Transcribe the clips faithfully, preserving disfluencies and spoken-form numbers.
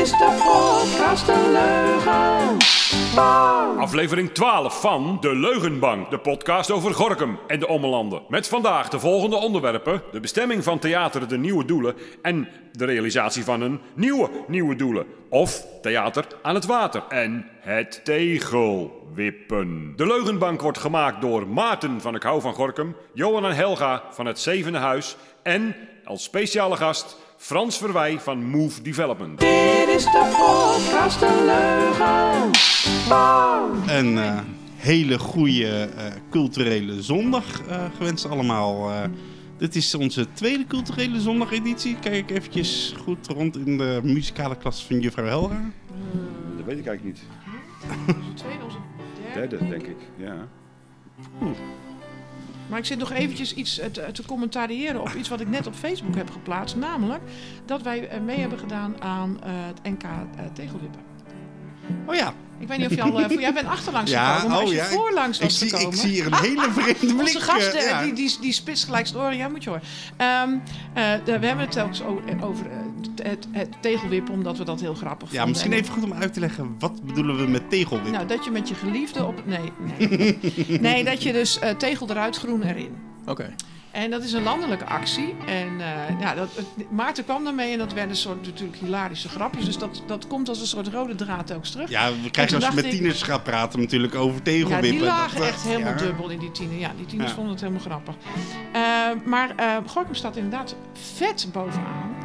is de podcast De Leugenbank. Aflevering twaalf van De Leugenbank, de podcast over Gorinchem en de Ommelanden. Met vandaag de volgende onderwerpen: de bestemming van Theater De Nieuwe Doelen en de realisatie van een nieuwe Nieuwe Doelen. Of Theater aan het Water en het tegelwippen. De Leugenbank wordt gemaakt door Maarten van Ik Hou van Gorinchem, Johan en Helga van het Zevende Huis en als speciale gast Frans Verwij van Move Development. Dit is de podcast De Leugenbank. Een uh, hele goede uh, culturele zondag uh, gewenst allemaal. Uh, dit is onze tweede culturele zondageditie. Kijk ik eventjes goed rond in de muzikale klas van juffrouw Helga. Uh, dat weet ik eigenlijk niet. Tweede of derde? Derde, denk ik, ja. Oeh. Maar ik zit nog eventjes iets te, te commentariëren op iets wat ik net op Facebook heb geplaatst. Namelijk dat wij mee hebben gedaan aan uh, het N K uh, tegelwippen. Oh ja. Ik weet niet of je al... Uh, voor, jij bent achterlangs ja, gekomen, maar oh, als je ja, voorlangs was ik, gekomen... Ik zie hier een hele vreemde blik. Onze gast, uh, ja. die, die, die spits gelijk zijn oren. Ja, moet je horen. Um, uh, de, we hebben het telkens over uh, het, het tegelwippen, omdat we dat heel grappig ja, vonden. misschien even goed om uit te leggen, wat bedoelen we met tegelwippen? Nou, dat je met je geliefde op... Nee, nee. nee, dat je dus uh, tegel eruit, groen erin. Oké. Okay. En dat is een landelijke actie. En uh, ja, dat, het, Maarten kwam daarmee en dat werden een soort natuurlijk hilarische grapjes. Dus dat, dat komt als een soort rode draad telkens terug. Ja, we krijgen als je met tieners gaat praten natuurlijk over tegelwippen. Ja, die lagen dat, echt helemaal ja. dubbel in die tieners. Ja, die tieners ja. vonden het helemaal grappig. Uh, maar uh, Gorinchem staat inderdaad vet bovenaan.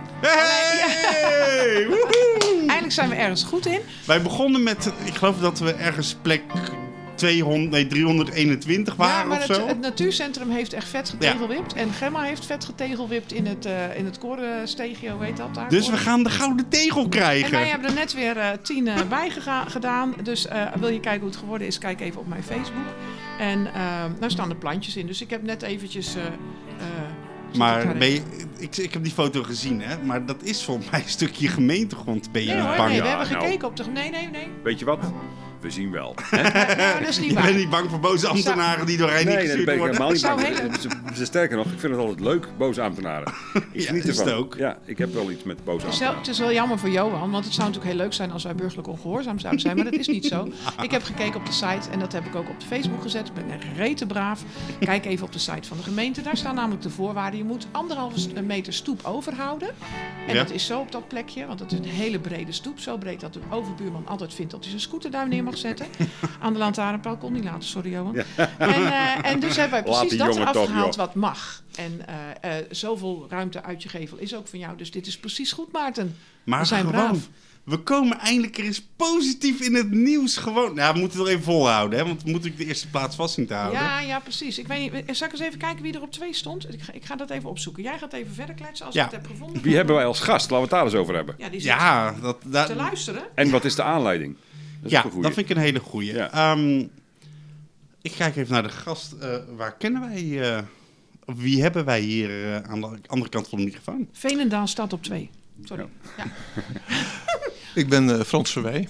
Hey! Woehoe! Eindelijk zijn we ergens goed in. Wij begonnen met, ik geloof dat we ergens plek... tweehonderd, nee, driehonderdeenentwintig waren ja, maar of het, zo. Het natuurcentrum heeft echt vet getegelwipt. Ja. En Gemma heeft vet getegelwipt in het, uh, in het korensteegje, hoe heet dat daar? Dus we gaan de gouden tegel krijgen. En wij hebben er net weer uh, tien uh, bij gega- gedaan. Dus uh, wil je kijken hoe het geworden is, kijk even op mijn Facebook. En uh, daar staan de plantjes in. Dus ik heb net eventjes... Uh, uh, maar ben je, ik, ik heb die foto gezien, hè? Maar dat is volgens mij een stukje gemeentegrond. Ben je nee, hoor, bang? nee, we ja, hebben nou. gekeken op de... Nee, nee, nee. Weet je wat? We zien wel. Hè? Ja, dat is niet ik waar. ben niet bang voor boze ambtenaren die doorheen nee, niet nee, gestuurd ben ik worden. helemaal niet Ik bang. zou Ze, ze, sterker nog, ik vind het altijd leuk, boze ambtenaren. Ik Ja, geniet is het ervan. ook. Ja, ik heb wel iets met boze Het is, wel, ambtenaren. het is wel jammer voor Johan, want het zou natuurlijk heel leuk zijn als wij burgerlijk ongehoorzaam zouden zijn, maar dat is niet zo. Ik heb gekeken op de site en dat heb ik ook op de Facebook gezet. Ik ben echt rete braaf. Kijk even op de site van de gemeente. Daar staan namelijk de voorwaarden. Je moet anderhalve meter stoep overhouden. En Ja. dat is zo op dat plekje, want het is een hele brede stoep. Zo breed dat de overbuurman altijd vindt dat hij zijn scooter daar neer mag zetten. Aan de lantaarnpaal kon niet laten, sorry Johan. Ja. En, uh, en dus hebben wij Laat precies die dat jongen toch, afgehaald joh. wat mag. En uh, uh, zoveel ruimte uit je gevel is ook van jou. Dus dit is precies goed, Maarten. Maar we zijn gewoon, braaf. we komen eindelijk er eens positief in het nieuws. Gewoon. Ja, we moeten het wel even volhouden, hè? Want we moeten de eerste plaats vast zien te houden. Ja, ja, precies. Ik weet niet, zal ik eens even kijken wie er op twee stond? Ik ga, ik ga dat even opzoeken. Jij gaat even verder kletsen als Ja. ik het heb gevonden. Wie hebben wij als gast? Laten we het daar eens over hebben. Ja, die zit Ja, dat, dat, te luisteren. En wat is de aanleiding? Dat is ja, ook een goeie. dat vind ik een hele goeie. Ja. Um, ik kijk even naar de gast. Uh, waar kennen wij... Uh, of wie hebben wij hier uh, aan de andere kant van de microfoon? Veenendaal staat op twee. Sorry. Ja. Ik ben uh, Frans Verwij.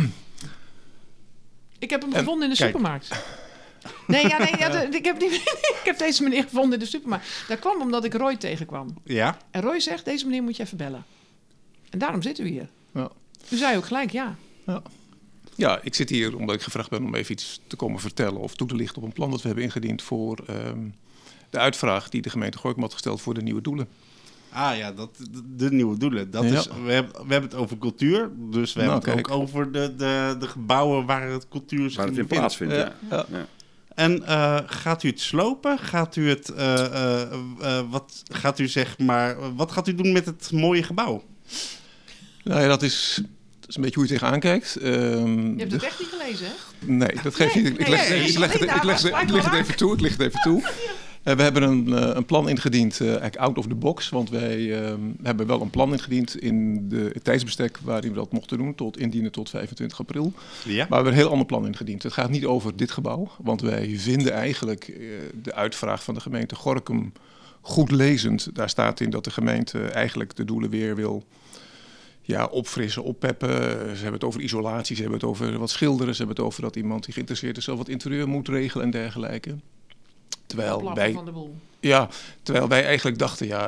Ik heb hem En, gevonden in de kijk. supermarkt. Nee, ja, nee ja, de, ik, heb die, ik heb deze meneer gevonden in de supermarkt. Dat kwam omdat ik Roy tegenkwam. Ja? En Roy zegt, deze meneer moet je even bellen. En daarom zitten we hier. Ja. U zei ook gelijk ja. Ja. ja, ik zit hier omdat ik gevraagd ben om even iets te komen vertellen of toe te lichten op een plan dat we hebben ingediend voor um, de uitvraag die de gemeente Gorinchem had gesteld voor de nieuwe doelen. Ah ja, dat, de nieuwe doelen. Dat Ja. is, we, hebben, we hebben het over cultuur. Dus we Nou, hebben het kijk. ook over de, de, de gebouwen waar het cultuur zich Waar het in bevindt. plaatsvindt, ja. Ja. Ja. En uh, gaat u het slopen? Gaat u het, uh, uh, uh, wat gaat u zeg maar, wat gaat u doen met het mooie gebouw? Nou ja, dat is, dat is een beetje hoe je tegenaan kijkt. Um, Je hebt het echt niet gelezen, hè? Nee, dat geeft Nee, niet. Ik nee, leg, nee, ik leg, het, nee, ik leg, nou, het- ik leg het even toe. Ik leg het even toe. Uh, we hebben een, uh, een plan ingediend, uh, eigenlijk out of the box. Want wij um, hebben wel een plan ingediend in de, het tijdsbestek waarin we dat mochten doen, tot indienen tot vijfentwintig april. Ja. Maar we hebben een heel ander plan ingediend. Het gaat niet over dit gebouw, want wij vinden eigenlijk uh, de uitvraag van de gemeente Gorinchem goed lezend. Daar staat in dat de gemeente eigenlijk de doelen weer wil ja, opfrissen, oppeppen. Ze hebben het over isolatie, ze hebben het over wat schilderen, ze hebben het over dat iemand die geïnteresseerd is zelf wat interieur moet regelen en dergelijke. Terwijl Oplappen wij, van de boel. ja, terwijl wij eigenlijk dachten, ja,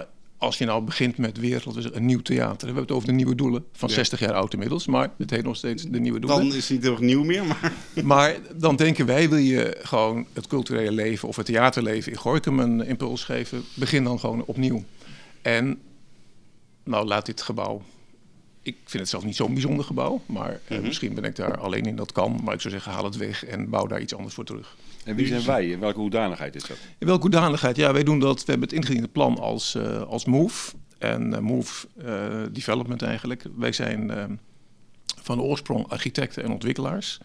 als je nou begint met weer laten we zeggen, een nieuw theater. We hebben het over de nieuwe doelen van Ja. zestig jaar oud inmiddels. Maar het heet nog steeds de nieuwe doelen. Dan is het niet heel erg nieuw meer, maar... Maar dan denken wij, wil je gewoon het culturele leven of het theaterleven in Gorinchem een impuls geven, begin dan gewoon opnieuw. En nou, laat dit gebouw, ik vind het zelf niet zo'n bijzonder gebouw, maar eh, Mhm. misschien ben ik daar alleen in, dat kan. Maar ik zou zeggen, haal het weg en bouw daar iets anders voor terug. En wie zijn wij? In welke hoedanigheid is dat? In welke hoedanigheid? Ja, wij doen dat, we hebben het ingediende plan als, uh, als Move. En uh, Move uh, Development eigenlijk. Wij zijn uh, van de oorsprong architecten en ontwikkelaars.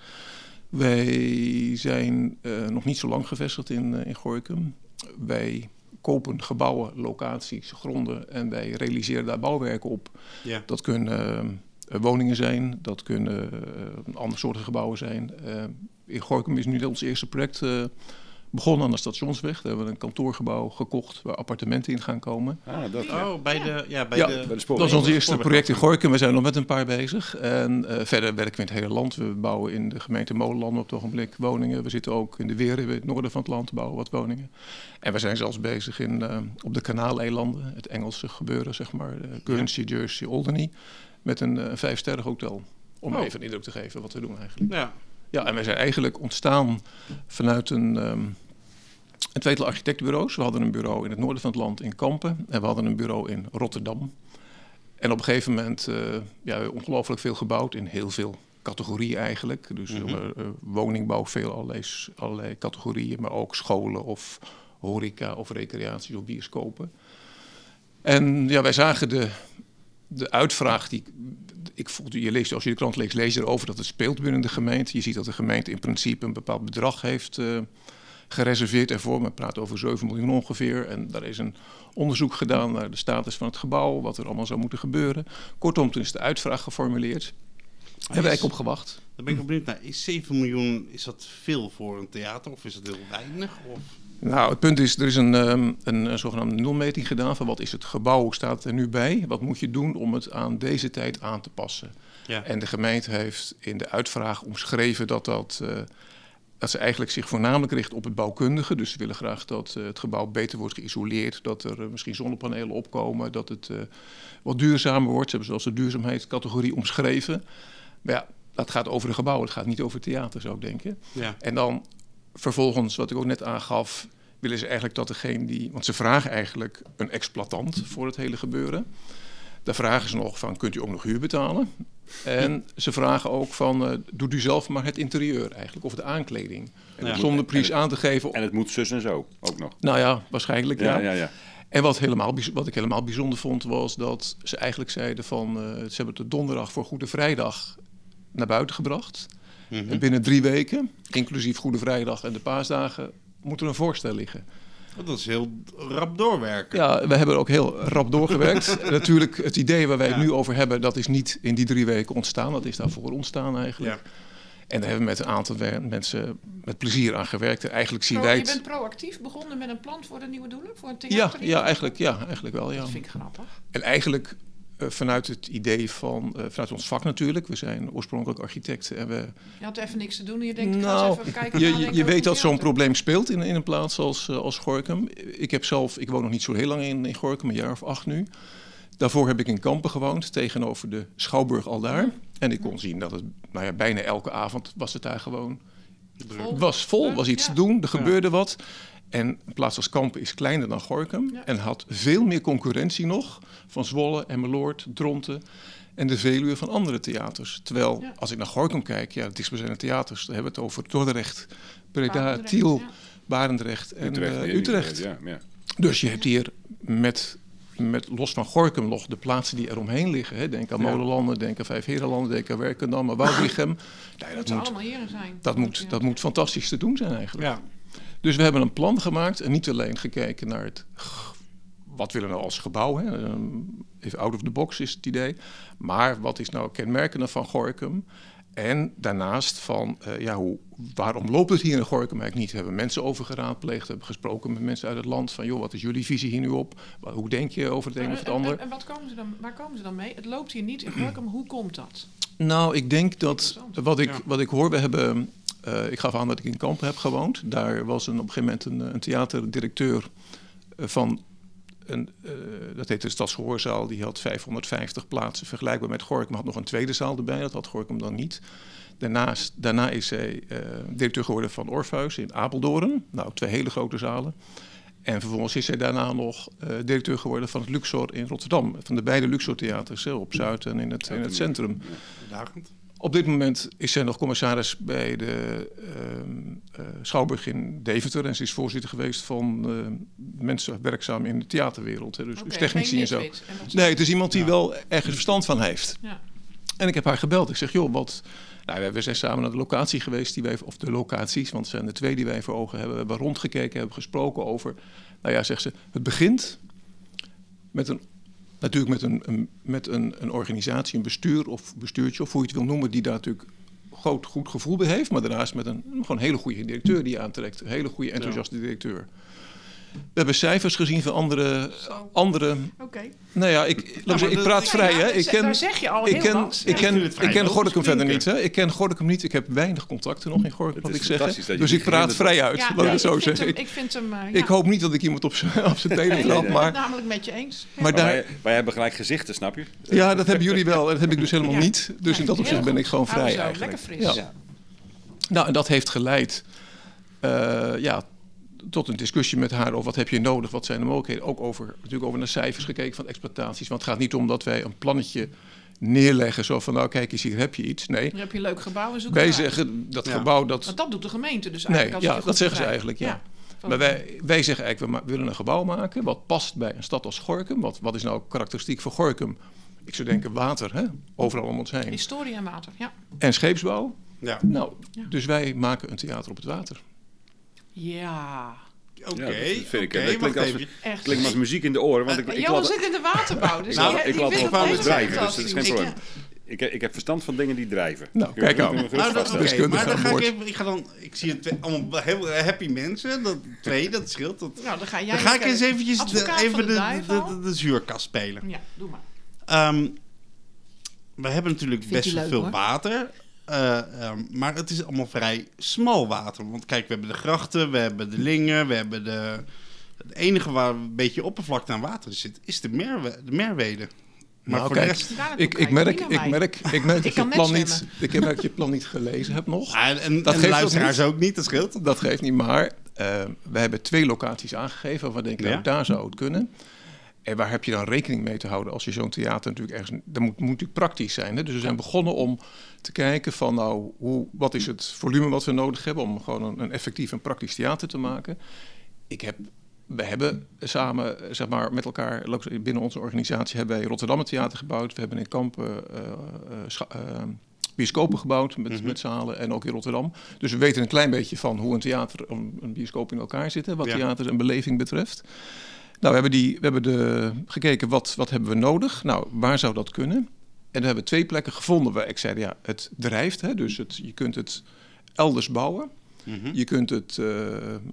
Wij zijn uh, nog niet zo lang gevestigd in, uh, in Gorinchem. Wij kopen gebouwen, locaties, gronden en wij realiseren daar bouwwerken op. Ja. Dat kunnen uh, woningen zijn, dat kunnen uh, andere soorten gebouwen zijn. Uh, in Gorinchem is nu ons eerste project uh, begonnen aan de Stationsweg. Daar hebben we een kantoorgebouw gekocht waar appartementen in gaan komen. Ah, dat Oh, bij de... Ja, bij Ja, de, bij de Dat spoorweg. is ons eerste project in Gorinchem. We zijn nog met een paar bezig. En uh, verder werken we in het hele land. We bouwen in de gemeente Molenlanden op het ogenblik woningen. We zitten ook in de Weren, in het noorden van het land, te bouwen wat woningen. En we zijn zelfs bezig in, uh, op de Kanaaleilanden, het Engelse gebeuren, zeg maar. Uh, Guernsey, Jersey, Alderney. Met een uh, vijfsterren hotel. Om Oh. even een indruk te geven wat we doen eigenlijk. Ja. Ja, en wij zijn eigenlijk ontstaan vanuit een, um, een tweetal architectenbureaus. We hadden een bureau in het noorden van het land in Kampen en we hadden een bureau in Rotterdam. En op een gegeven moment uh, ja, ongelooflijk veel gebouwd in heel veel categorieën eigenlijk. Dus Mhm. uh, uh, woningbouw, veel allerlei, allerlei categorieën, maar ook scholen of horeca of recreatie of bioscopen. En ja, wij zagen de, de uitvraag die... Ik voelde, je leest, als je de krant leest, lees je erover dat het speelt binnen de gemeente. Je ziet dat de gemeente in principe een bepaald bedrag heeft uh, gereserveerd ervoor. Men praat over zeven miljoen ongeveer. En daar is een onderzoek gedaan naar de status van het gebouw, wat er allemaal zou moeten gebeuren. Kortom, toen is de uitvraag geformuleerd. Hebben wij op gewacht. Daar ben ik ook benieuwd naar. Is zeven miljoen, is dat veel voor een theater of is het heel weinig? Of? Nou, het punt is, er is een, um, een, een zogenaamde nulmeting gedaan van wat is het gebouw, hoe staat het er nu bij? Wat moet je doen om het aan deze tijd aan te passen? Ja. En de gemeente heeft in de uitvraag omschreven dat, dat, uh, dat ze eigenlijk zich voornamelijk richt op het bouwkundige. Dus ze willen graag dat uh, het gebouw beter wordt geïsoleerd, dat er uh, misschien zonnepanelen opkomen, dat het uh, wat duurzamer wordt. Ze hebben zoals de duurzaamheidscategorie omschreven. Maar ja, dat gaat over de gebouwen, het gaat niet over theater, zou ik denken. Ja. En dan vervolgens, wat ik ook net aangaf, willen ze eigenlijk dat degene die... Want ze vragen eigenlijk een exploitant voor het hele gebeuren. Daar vragen ze nog van, kunt u ook nog huur betalen? En ze vragen ook van, uh, doet u zelf maar het interieur eigenlijk, of de aankleding. En Ja. zonder prijs aan te geven. En het moet zus en zo, ook nog. Nou ja, waarschijnlijk ja. Ja, ja, ja. En wat, helemaal, bijz- wat ik helemaal bijzonder vond, was dat ze eigenlijk zeiden van... Uh, ze hebben het de donderdag voor Goede Vrijdag naar buiten gebracht. Mhm. En binnen drie weken, inclusief Goede Vrijdag en de paasdagen, moet er een voorstel liggen. Oh, dat is heel rap doorwerken. Ja, we hebben ook heel rap doorgewerkt. Natuurlijk, het idee waar wij het Ja. nu over hebben, dat is niet in die drie weken ontstaan. Dat is daarvoor ontstaan eigenlijk. Ja. En daar hebben we met een aantal we- mensen met plezier aan gewerkt. En eigenlijk zien Pro- wij je het... bent proactief begonnen met een plan voor de nieuwe doelen? Voor een Ja, theater? ja, eigenlijk, ja, eigenlijk wel, ja. Dat vind ik grappig. En eigenlijk uh, vanuit het idee van, uh, vanuit ons vak natuurlijk. We zijn oorspronkelijk architecten en we... Je had even niks te doen en je denkt, ik ga Nou, eens even kijken. je, je, nadenken je over weet dat zo'n theater. probleem speelt in, in een plaats als, uh, als Gorinchem. Ik heb zelf, ik woon nog niet zo heel lang in, in Gorinchem, een jaar of acht nu. Daarvoor heb ik in Kampen gewoond, tegenover de Schouwburg aldaar. En ik kon zien dat het, nou ja, bijna elke avond was het daar gewoon... Vol. Het was vol, was iets Ja. te doen, er gebeurde wat. En een plaats als Kampen is kleiner dan Gorinchem. Ja. En had veel meer concurrentie nog van Zwolle, Emmeloord, Dronten en de Veluwe van andere theaters. Terwijl, Ja. als ik naar Gorinchem kijk, ja, het dichtstbijzijnde theaters, dan hebben we het over Dordrecht, Breda, Barendrecht, Tiel, ja. Barendrecht en Utrecht. uh, nee, Utrecht. Ja, ja. Dus je hebt hier met, met los van Gorinchem nog de plaatsen die eromheen liggen. Hè. Denk aan Ja. Molenlanden, denk aan Vijfheerenlanden, denk aan Werkendam, aan Woudrichem. Nou, Dat dat ze moet, allemaal heren zijn. dat, moet, dat moet fantastisch te doen zijn eigenlijk. Ja. Dus we hebben een plan gemaakt en niet alleen gekeken naar het... g- Wat willen we nou als gebouw? Hè? Um, Even out of the box is het idee. Maar wat is nou kenmerkend van Gorinchem? En daarnaast van, uh, ja, hoe, waarom loopt het hier in Gorinchem eigenlijk niet? We hebben mensen over geraadpleegd, we hebben gesproken met mensen uit het land. Van, joh, wat is jullie visie hier nu op? Wa- Hoe denk je over het een En, of het en- ander? en- en wat komen ze dan, waar komen ze dan mee? Het loopt hier niet in Gorinchem. Hoe komt dat? Nou, ik denk dat Interessant. wat ik, Ja. wat ik hoor, we hebben, uh, ik gaf aan dat ik in Kampen heb gewoond. Daar was een, op een gegeven moment een, een theaterdirecteur uh, van een, uh, dat heette de Stadsgehoorzaal, die had vijfhonderdvijftig plaatsen, vergelijkbaar met Gorinchem, had nog een tweede zaal erbij, dat had Gorinchem dan niet. Daarnaast, daarna is zij uh, directeur geworden van Orpheus in Apeldoorn, nou twee hele grote zalen. En vervolgens is zij daarna nog uh, directeur geworden van het Luxor in Rotterdam, van de beide Luxor theaters op Zuid en in het, in het centrum. Dagend. Op dit moment is zij nog commissaris bij de uh, uh, Schouwburg in Deventer. En ze is voorzitter geweest van uh, mensen werkzaam in de theaterwereld. Hè, dus, Okay, dus technici en zo. En nee, het is iemand die ja. wel ergens verstand van heeft. Ja. En ik heb haar gebeld. Ik zeg, joh, wat... Nou, we zijn samen naar de locatie geweest, die wij, of de locaties, want het zijn er twee die wij voor ogen hebben. We hebben rondgekeken, hebben gesproken over... Nou ja, zegt ze, het begint met een... Natuurlijk met, een, een, met een, een organisatie, een bestuur of bestuurtje, of hoe je het wil noemen, die daar natuurlijk groot, goed gevoel bij heeft. Maar daarnaast met een gewoon een hele goede directeur die je aantrekt. Een hele goede, enthousiaste directeur. We hebben cijfers gezien van andere... andere Oké. Okay. Nou ja, ik, nou, ik praat ja, vrij, ja, hè. Ik ken, daar zeg je al ik heel ken, wat. ik ken, ik ken, ken Gorinchem verder niet, hè? hè. Ik ken Gorinchem niet. Ik heb weinig contacten nog in Gorinchem, wat ik zeg. Dus ik praat het vrij uit, Ja, laat nee, ik het zo ik vind zeggen. hem, ik, vind hem, uh, ik ja. hoop niet dat ik iemand op zijn op zijn tenen Nee, trap, ik ben maar... het namelijk met je eens. Ja. Maar Maar daar, wij, wij hebben gelijk gezichten, snap je? ja, dat hebben jullie wel. Dat heb ik dus helemaal Ja. niet. Dus Ja, in dat heel opzicht ben goed. ik gewoon Hou vrij zo, eigenlijk. lekker fris. Ja. Nou, en dat heeft geleid uh, ja, tot een discussie met haar over wat heb je nodig, wat zijn de mogelijkheden. Ook over, natuurlijk over naar cijfers gekeken van exploitaties. Want het gaat niet om dat wij een plannetje neerleggen. Zo van, nou kijk eens, hier heb je iets. Nee, Dan heb je een leuk gebouw en zoek wij het uit. zeggen dat Ja. gebouw... dat Want dat doet de gemeente dus Nee, eigenlijk. als ik ja, het dat goed zeggen ze begrijp. eigenlijk, ja. Van- Maar wij, wij zeggen eigenlijk, we ma- willen een gebouw maken wat past bij een stad als Gorinchem. Wat, wat is nou karakteristiek voor Gorinchem? Ik zou denken water, hè? Overal om ons heen. Historie en water, ja. En scheepsbouw. Ja. Nou, Ja. dus wij maken een theater op het water. Ja, Oké, Ja, dat vind ik, oké, dat klinkt wacht als- even. echt. Klinkt me als muziek in de oren, want ik, Uh, ik Johan laat, zit in de waterbouw, dus Nou, die, ik die laat vindt wel dat gewoon helemaal drijven, dus dat is geen fantastisch. probleem. Ik, ik heb verstand van dingen die drijven. Nou, Kun je- kijk kun je aan. me Nou, gerust dat, vaststellen. oké, Deskundige maar dan aan ga ik boord. even, ik ga dan, ik zie het twee, allemaal heel happy mensen, dat, twee, dat scheelt. Dat, Nou, dan ga jij dan ga ik lekker eens eventjes de, advocaat van even de, de de, duivel. de, de zuurkast spelen. Ja, doe maar. Ehm, we hebben natuurlijk Vind best je wel leuk, veel hoor. water, uh, um, maar het is allemaal vrij smal water. Want kijk, we hebben de grachten, we hebben de Lingen, we hebben de... Het enige waar een beetje oppervlakte aan water zit, is de, Merwe, de Merwede. Maar Nou, voor kijk, de rest... Daar naartoe Ik, ik, kijken, merk, niet naar ik, mij. merk, ik merk Ik dat je kan het net plan niet, zwemmen. ik merk dat je het plan niet gelezen hebt nog. Ah, en en Dat de geeft luisteraars toch ook niet, dat scheelt. Dat geeft niet, maar uh, we hebben twee locaties aangegeven waarvan we denken, Ja. nou, daar zou het kunnen. En waar heb je dan rekening mee te houden als je zo'n theater natuurlijk ergens... Dat moet, moet natuurlijk praktisch zijn. Hè? Dus we zijn begonnen om te kijken van, nou, hoe, wat is het volume wat we nodig hebben om gewoon een, een effectief en praktisch theater te maken. Ik heb... We hebben samen, zeg maar, met elkaar, binnen onze organisatie, hebben wij Rotterdam een theater gebouwd. We hebben in Kampen uh, uh, scha- uh, bioscopen gebouwd met, Mhm. met zalen en ook in Rotterdam. Dus we weten een klein beetje van hoe een theater, een, een bioscoop in elkaar zitten, wat Ja. theater en beleving betreft. Nou, we hebben, die, we hebben de, gekeken, wat, wat hebben we nodig? Nou, waar zou dat kunnen? En we hebben twee plekken gevonden waar ik zei, ja, het drijft. Hè, dus het, je kunt het elders bouwen. Mhm. Je kunt het uh,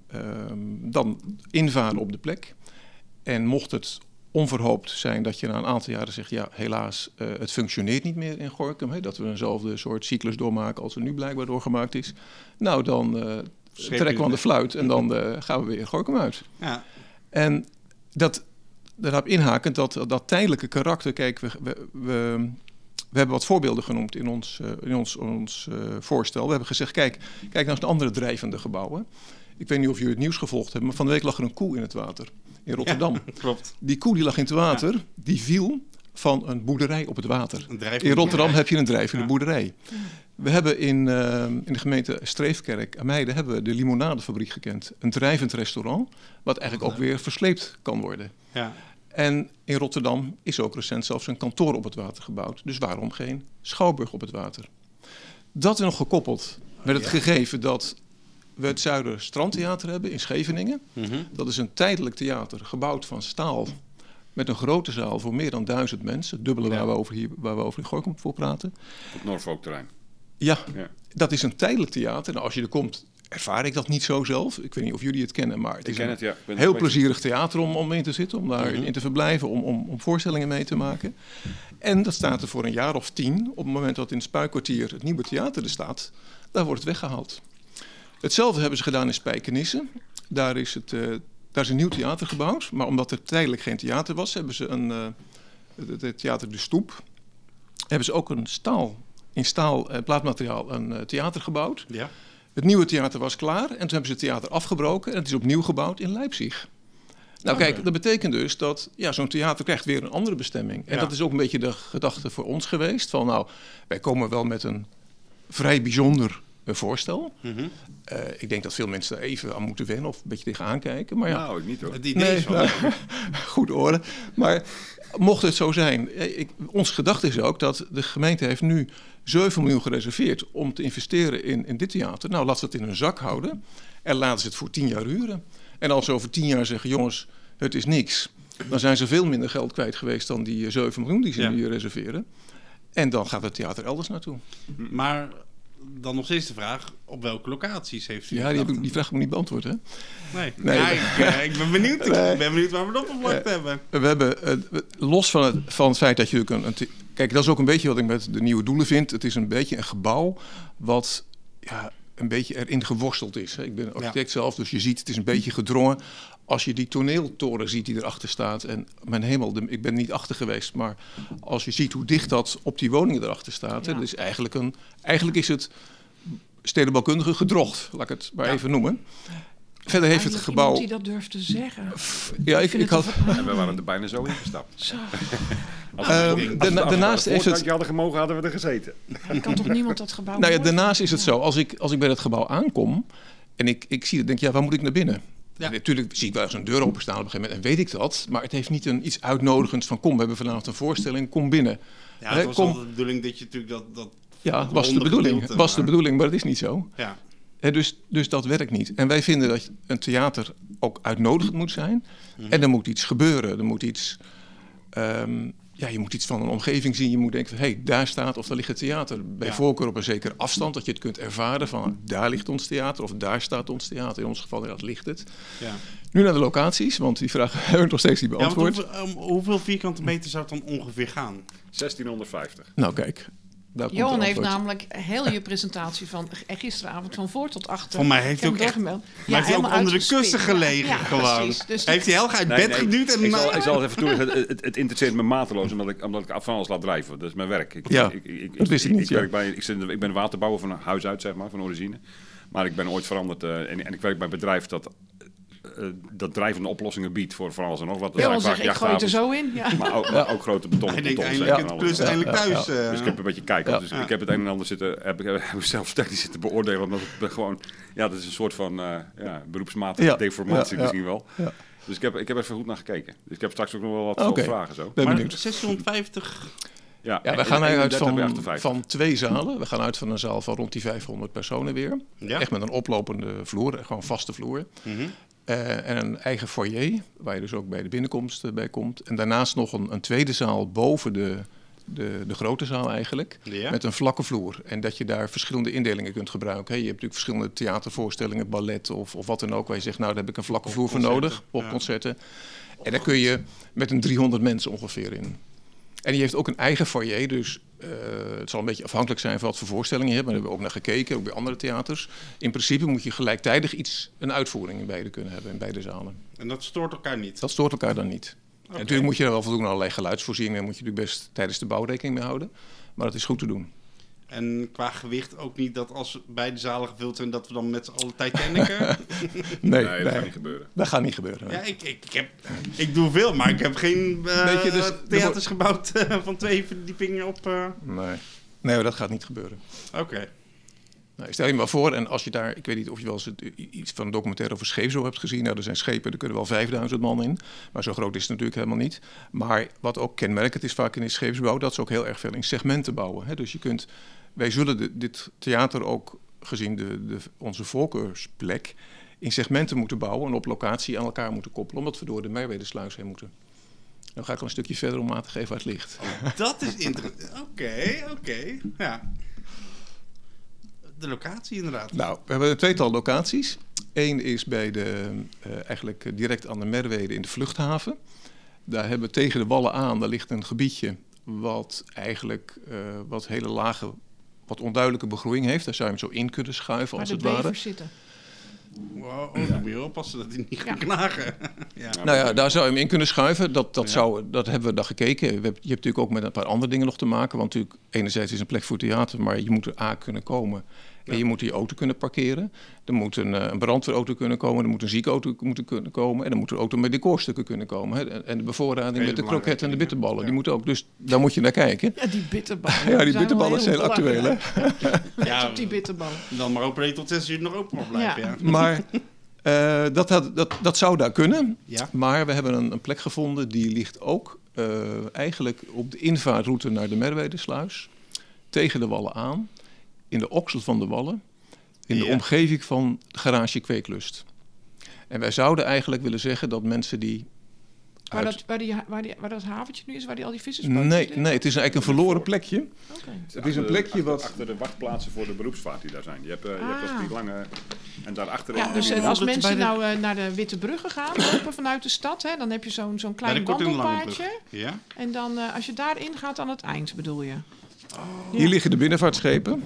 um, dan invaren op de plek. En mocht het onverhoopt zijn dat je na een aantal jaren zegt... ja, helaas, uh, het functioneert niet meer in Gorinchem. Hè, dat we eenzelfde soort cyclus doormaken als er nu blijkbaar doorgemaakt is. Nou, dan uh, trekken we aan de fluit en dan uh, gaan we weer Gorinchem uit. Ja. En dat, daarop inhakend, dat, dat tijdelijke karakter... Kijk, we, we, we, we hebben wat voorbeelden genoemd in ons, uh, in ons, ons uh, voorstel. We hebben gezegd, kijk, kijk nou eens naar andere drijvende gebouwen. Ik weet niet of jullie het nieuws gevolgd hebben... maar van de week lag er een koe in het water in Rotterdam. Ja, klopt. Die koe die lag in het water, ja. die viel van een boerderij op het water. Een drijvende In Rotterdam boerderij. heb je een drijvende Ja. boerderij. We hebben in, uh, in de gemeente Streefkerk, Ameide, hebben we de limonadefabriek gekend. Een drijvend restaurant, wat eigenlijk ook weer versleept kan worden. Ja. En in Rotterdam is ook recent zelfs een kantoor op het water gebouwd. Dus waarom geen schouwburg op het water? Dat is nog gekoppeld met het Ja. gegeven dat we het Zuiderstrandtheater hebben in Scheveningen. Mhm. Dat is een tijdelijk theater, gebouwd van staal, met een grote zaal voor meer dan duizend mensen. Het dubbele Ja. waar we over hier, waar we over in Gorinchem voor praten. Op het Norfolk-terrein. Ja, Ja. dat is een tijdelijk theater. Nou, als je er komt, ervaar ik dat niet zo zelf. Ik weet niet of jullie het kennen, maar het Ik is ken een het, ja. Ik ben heel er een beetje- plezierig theater om, om in te zitten, om daarin Mhm. in te verblijven, om, om, om voorstellingen mee te maken. En dat staat er voor een jaar of tien. Op het moment dat in het Spuikwartier het nieuwe theater er staat, daar wordt het weggehaald. Hetzelfde hebben ze gedaan in Spijkenisse. Daar is het, uh, daar is een nieuw theater gebouwd. Maar omdat er tijdelijk geen theater was, hebben ze een, uh, het, het theater De Stoep, hebben ze ook een staal, in staal uh, plaatmateriaal een uh, theater gebouwd. Ja. Het nieuwe theater was klaar en toen hebben ze het theater afgebroken en het is opnieuw gebouwd in Leipzig. Nou kijk, dat betekent dus dat ja, zo'n theater krijgt weer een andere bestemming. En Ja. dat is ook een beetje de gedachte voor ons geweest. Van nou, wij komen wel met een vrij bijzonder uh, voorstel. Mm-hmm. Uh, ik denk dat veel mensen daar even aan moeten wennen of een beetje tegenaan kijken. Maar ja, Nou, ik niet hoor. Het idee nee, is wel... nou, goed oren. Maar mocht het zo zijn, ik, ons gedachte is ook dat de gemeente heeft nu zeven miljoen gereserveerd om te investeren in, in dit theater. Nou, laten ze het in hun zak houden en laten ze het voor tien jaar huren. En als ze over tien jaar zeggen, jongens, het is niks, dan zijn ze veel minder geld kwijt geweest dan die zeven miljoen die ze Ja. nu reserveren. En dan gaat het theater elders naartoe. Maar dan nog steeds de vraag, op welke locaties heeft u Ja, die, heb ik, gedacht? die vraag heb ik niet beantwoord, hè? Nee, Nee. Ja, ik, eh, ik ben benieuwd. Ik Nee. ben benieuwd waar we het opgepakt Eh, hebben. We hebben, uh, los van het, van het feit dat je ook een, een... the- Kijk, dat is ook een beetje wat ik met de nieuwe doelen vind. Het is een beetje een gebouw wat ja, een beetje erin geworsteld is. Hè. Ik ben architect zelf, dus je ziet, het is een beetje gedrongen. Als je die toneeltoren ziet die erachter staat... en mijn hemel, de, ik ben er niet achter geweest... maar als je ziet hoe dicht dat op die woningen erachter staat... Ja. Hè, dat is eigenlijk, een, eigenlijk is het stedenbouwkundige gedrocht, laat ik het maar Ja. even noemen. Verder heeft het Eindelijk gebouw... iemand die dat durft te zeggen. Ja, ik, vind ik het had... een- En we waren er bijna zo ingestapt. Zo, Als Ehm, we- als daarna- we- als we daarnaast een heeft het- voortuintje hadden gemogen, hadden we er gezeten. kan toch niemand dat gebouw... Nou ja, mooi daarnaast vinden? is het zo, als ik, als ik bij dat gebouw aankom en ik, ik zie het, denk ik, ja, waar moet ik naar binnen? Ja. En natuurlijk zie ik wel eens een deur openstaan op een gegeven moment en weet ik dat, maar het heeft niet een, iets uitnodigends van kom, we hebben vanavond een voorstelling, kom binnen. Ja, Hè, het was kom- altijd de bedoeling dat je natuurlijk dat... dat Ja, dat was de ronde bedoeling, gedeelte, was de maar- bedoeling, maar dat is niet zo. Ja, Hè, dus, dus dat werkt niet. En wij vinden dat een theater ook uitnodigend moet zijn Mhm. en er moet iets gebeuren, er moet iets... ehm, ja, je moet iets van een omgeving zien. Je moet denken van, hé, hey, daar staat of daar ligt het theater. Bij Ja. voorkeur op een zekere afstand, dat je het kunt ervaren van, daar ligt ons theater of daar staat ons theater. In ons geval, inderdaad, ligt het. ja. Nu naar de locaties, want die vraag hebben we nog steeds niet Ja, want beantwoord. hoeveel, um, hoeveel vierkante meter zou het dan ongeveer gaan? zestienhonderdvijftig. Nou, kijk. Daar komt Johan het heeft antwoord. namelijk heel je presentatie van g- gisteravond van voor tot achter. Van mij heeft Ik heb hij ook hem echt- doorgemeld. Maar heeft hij ook helemaal onder de uitgespit. kussen gelegen Ja, gewoon? precies. Dus Heeft hij Helga uit bed geduwd? En ik, zal, ik zal het even toe. Het, het, het interesseert me mateloos omdat ik, omdat ik af van alles laat drijven. Dat is mijn werk. Ik, Ja, ik, ik, ik, dat wist ik niet, Ik, ja. werk bij, ik, zit- ik ben waterbouwer van huis uit, zeg maar, van origine. Maar ik ben ooit veranderd uh, en, en ik werk bij een bedrijf dat, uh, dat drijvende oplossingen biedt voor van alles en nog wat. Er Johan zijn zegt, vaak ik gooi het er jachthavens, zo in. Ja. Maar ook, maar ook grote betonnen Hij denkt pontons eindelijk en het alles. plus eindelijk Ja, ja, thuis. ja. eh. Dus ik heb een beetje kijken. Ja. Dus Ja. ik heb het een en ander zitten, heb ik heb ik zelf technisch zitten beoordelen. Omdat het gewoon, ja, dat is een soort van uh, ja, beroepsmatige Ja. deformatie Ja, ja. misschien wel. Ja. Dus ik heb, ik heb even goed naar gekeken. Dus ik heb straks ook nog wel wat Oké. okay. vragen zo. Ben Maar benieuwd. zeshonderdvijftig... Ja, Ja, we en- gaan en uit eenendertig bij van, achtenvijftig. van twee zalen. We gaan uit van een zaal van rond die vijfhonderd personen weer. Ja. Echt met een oplopende vloer, gewoon vaste vloer. Mhm. Uh, en een eigen foyer, waar je dus ook bij de binnenkomst uh, bij komt. En daarnaast nog een, een tweede zaal boven de, de, de grote zaal eigenlijk. Ja. Met een vlakke vloer. En dat je daar verschillende indelingen kunt gebruiken. Hè. Je hebt natuurlijk verschillende theatervoorstellingen, ballet of, of wat dan ook. Waar je zegt, nou daar heb ik een vlakke Of vloer voor concerten, nodig. Op ja. concerten. En daar kun je met een driehonderd mensen ongeveer in. En die heeft ook een eigen foyer, dus uh, het zal een beetje afhankelijk zijn van wat voor voorstellingen je hebt. Maar daar hebben we ook naar gekeken, ook bij andere theaters. In principe moet je gelijktijdig iets, een uitvoering in beide kunnen hebben, in beide zalen. En dat stoort elkaar niet? Dat stoort elkaar dan niet. Okay. En natuurlijk moet je er wel voldoen aan allerlei geluidsvoorzieningen. Daar moet je natuurlijk best tijdens de bouw rekening mee houden. Maar dat is goed te doen. En qua gewicht ook niet dat als beide zalen gevuld zijn, dat we dan met z'n allen Titanic... Nee, Nee, nee, dat gaat niet gebeuren. dat gaat niet gebeuren. Ja, ik, ik, ik, heb, ik doe veel, maar ik heb geen uh, Weet je, dus er theaters gebouwd uh, van twee verdiepingen op... Uh... Nee. nee, dat gaat niet gebeuren. Oké. Okay. Nou, stel je maar voor, en als je daar, ik weet niet of je wel eens het, iets van een documentaire over scheepsbouw hebt gezien. Nou, er zijn schepen, er kunnen wel vijfduizend man in. Maar zo groot is het natuurlijk helemaal niet. Maar wat ook kenmerkend is vaak in de scheepsbouw, dat ze ook heel erg veel in segmenten bouwen. Hè? Dus je kunt, wij zullen de, dit theater ook, gezien de, de, onze voorkeursplek, in segmenten moeten bouwen en op locatie aan elkaar moeten koppelen, omdat we door de Merwedesluis heen moeten. Dan ga ik al een stukje verder om aan te geven waar het ligt. Oh, dat is interessant. Oké, okay, oké. Okay. Ja. De locatie inderdaad. Nou, we hebben een tweetal locaties. Eén is bij de, uh, eigenlijk direct aan de Merwede in de vluchthaven. Daar hebben we tegen de wallen aan, daar ligt een gebiedje wat eigenlijk uh, wat hele lage, wat onduidelijke begroeiing heeft. Daar zou je hem zo in kunnen schuiven Waar als de het ware. bevers zitten. Wow, oh, dan moet je oppassen dat hij niet gaat Ja. knagen. ja. Nou ja, daar zou je hem in kunnen schuiven. Dat, dat, Ja. zou, dat hebben we dan gekeken. We hebben, je hebt natuurlijk ook met een paar andere dingen nog te maken. Want natuurlijk, enerzijds is een plek voor theater, maar je moet er A kunnen komen. En Ja. je moet die auto kunnen parkeren. Er moet een, eh, een brandweerauto kunnen komen. Er moet een ziekenauto moeten kunnen komen. En er moet een auto met decorstukken kunnen komen. Hè. En de bevoorrading Hele met de belangrijke kroketten en de dingen. bitterballen. Ja. Die moeten ook. Dus daar moet je naar kijken. Ja, die bitterballen. Ja, die zijn bitterballen wel zijn heel actueel, hè? Let Ja, op die bitterballen. dan maar hopen dat je tot zes uur nog open mag blijven. Ja. Ja. Maar uh, dat, had, dat, dat zou daar kunnen. Ja. Maar we hebben een, een plek gevonden die ligt ook uh, eigenlijk op de invaartroute naar de Merwedesluis. Tegen de Wallen aan. In de oksel van de Wallen. In de Ja. omgeving van garage Kweeklust. En wij zouden eigenlijk willen zeggen dat mensen die... Waar, uit- dat, waar, die, waar, die, waar dat haventje nu is, waar die al die vissersbootjes Nee, liggen? nee, het is eigenlijk een verloren plekje. Oké. Het is een plekje achter, wat... Achter de wachtplaatsen voor de beroepsvaart die daar zijn. Je hebt, uh, je hebt Ah. als die lange... En daarachter... Ja, dus Ja, eh, als dat is mensen bij de- nou uh, naar de Witte Bruggen gaan, lopen vanuit de stad, hè, dan heb je zo'n zo'n Bij de klein korte en lange wandelpaadje. brug. Ja? En dan, uh, als je daarin gaat, aan het eind bedoel je? Hier liggen de binnenvaartschepen.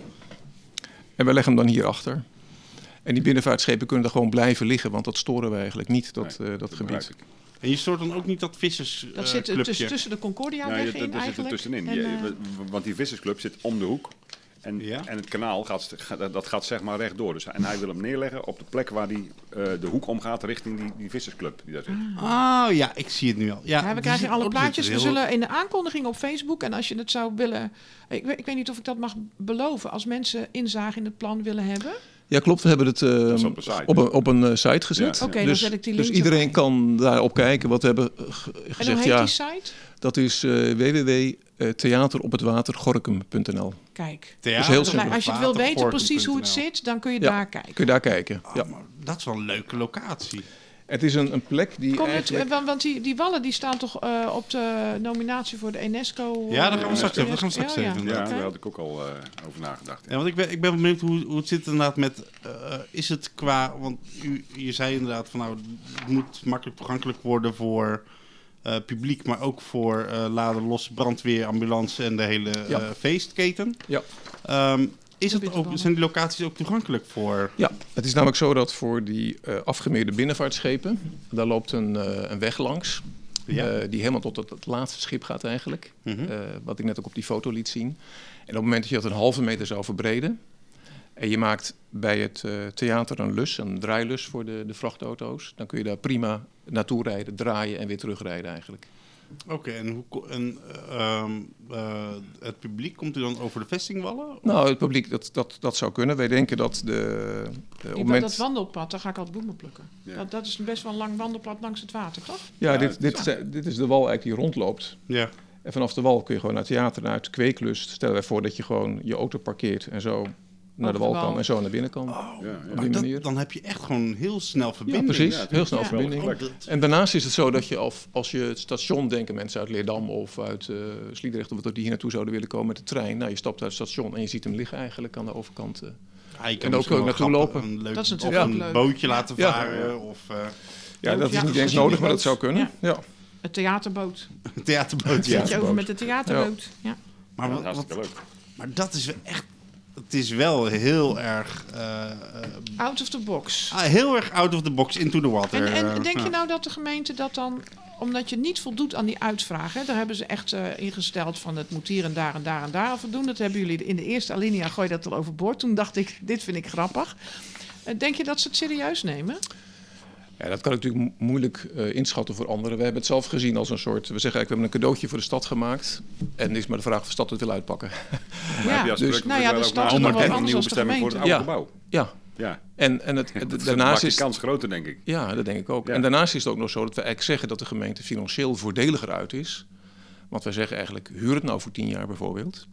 En wij leggen hem dan hierachter. En die binnenvaartschepen kunnen er gewoon blijven liggen, want dat storen we eigenlijk niet, dat, Nee, uh, dat gebied. begrijp ik. En je stoort dan ook niet dat vissers Dat eh, zit er clubje? tussen, tussen de Concordia Ja, weg je, in dat, dat zit er eigenlijk. tussenin. En, Je- eh, w- want die vissersclub zit om de hoek. En, Ja. en het kanaal gaat, st- gaat- dat gaat zeg maar rechtdoor. Dus, en hij wil hem neerleggen op de plek waar die, uh, de hoek omgaat richting die, die vissersclub die daar zit. Oh ja, ik zie het nu al. Ja, Ja, we die krijgen zit- alle oh, die zit plaatjes. We heel- zullen in de aankondiging op Facebook, en als je het zou willen... Ik weet, ik weet niet of ik dat mag beloven. Als mensen inzage in het plan willen hebben. Ja, klopt. We hebben het uh, is op een site, op hè? een, op een uh, site gezet. Ja. Oké, dan dus, zet ik die dus link iedereen erbij. kan daarop kijken. Wat we hebben uh, ge- En hoe gezegd. heet Ja, die site? dat is uh, w w w punt theaterophetwater punt n l. Kijk. Theater, Dus heel simpel. Nou, als je het wil weten Watergorkum precies hoe het punt n l. zit, dan kun je Ja. daar kijken. Kun je daar kijken. Oh, Ja. maar dat is wel een leuke locatie. Het is een, een plek die Kom het, eigenlijk... want want die, die wallen die staan toch uh, op de nominatie voor de UNESCO? Ja, daar gaan we uh, straks even- daar gaan we straks ja, even. ja. Ja, Oké. daar had ik ook al uh, over nagedacht. Ja, want ik ben, ik ben benieuwd hoe, hoe het zit inderdaad met... Uh, is het qua... Want u, je zei inderdaad van nou, het moet makkelijk toegankelijk worden voor uh, publiek, maar ook voor uh, laden, los, brandweer, ambulance en de hele Ja. uh, feestketen. Ja. Um, is het ook, bitterballen. zijn die locaties ook toegankelijk voor... Ja, het is namelijk zo dat voor die uh, afgemeerde binnenvaartschepen, daar loopt een, uh, een weg langs. Ja. Uh, die helemaal tot het, het laatste schip gaat eigenlijk. Mhm. Uh, wat ik net ook op die foto liet zien. En op het moment dat je dat een halve meter zou verbreden. En je maakt bij het uh, theater een lus, een draailus voor de, de vrachtauto's. Dan kun je daar prima naartoe rijden, draaien en weer terugrijden eigenlijk. Oké, okay, en, hoe, ko- en uh, um, uh, het publiek, komt u dan over de vestingwallen? Nou, het publiek, dat, dat, dat zou kunnen. Wij denken dat de... de op het Die, moment... Dat wandelpad, daar ga ik altijd bloemen plukken. Ja. Dat, dat is best wel een lang wandelpad langs het water, toch? Ja, Ja, dit, het dit, is- zijn- dit is de wal eigenlijk die rondloopt. Ja. En vanaf de wal kun je gewoon naar het theater, naar het Kweeklust. Stellen wij voor dat je gewoon je auto parkeert en zo naar de Over de wal wal. kan en zo naar binnen kan. Oh, Ja, ja. Op maar die dat, manier. dan heb je echt gewoon heel snel Ja, verbinding. precies. Ja, het Heel is snel ja. verbinding. Oh, dat- En daarnaast is het zo dat je als, als je het station, denken mensen uit Leerdam of uit uh, Sliedrecht, of wat die hier naartoe zouden willen komen met de trein. Nou, je stapt uit het station en je ziet hem liggen eigenlijk aan de overkant. Uh. Ja, je kan En ook misschien ook wel naartoe grappen, lopen. Een leuk, Dat is of natuurlijk een ook leuk. bootje laten Ja. varen. Of uh, Ja, dat is Ja, niet eens ja, nodig, maar dat zou kunnen. Ja. Ja. Het theaterboot. een theaterboot. Ja. Ja. Zit je over theaterboot. met de theaterboot. Ja. Maar, Ja, wat, hartstikke wat, leuk. maar dat is wel echt... Het is wel heel erg... Uh, uh, Out of the box. ah, heel erg out of the box, into the water. En, en uh, denk ja. je nou dat de gemeente dat dan, omdat je niet voldoet aan die uitvraag, hè, daar hebben ze echt uh, ingesteld van het moet hier en daar en daar en daar voldoen. Dat hebben jullie in de eerste alinea, gooi dat al overboord. Toen dacht ik, dit vind ik grappig. Uh, denk je dat ze het serieus nemen? Ja, dat kan ik natuurlijk mo- moeilijk uh, inschatten voor anderen. We hebben het zelf gezien als een soort... We zeggen eigenlijk, we hebben een cadeautje voor de stad gemaakt. En het is maar de vraag of de stad het wil uitpakken. Maar heb je als dus, druk- nou ja, de ook stad naast is een nog wat nieuwe anders als de bestemming voor het gemeente. oude Ja. gebouw. Ja, Ja, en, en het, dat d- maakt daarnaast de is... kans groter, denk ik. Ja, dat denk ik ook. Ja. En daarnaast is het ook nog zo dat we eigenlijk zeggen dat de gemeente financieel voordeliger uit is. Want wij zeggen eigenlijk, huur het nou voor tien jaar bijvoorbeeld.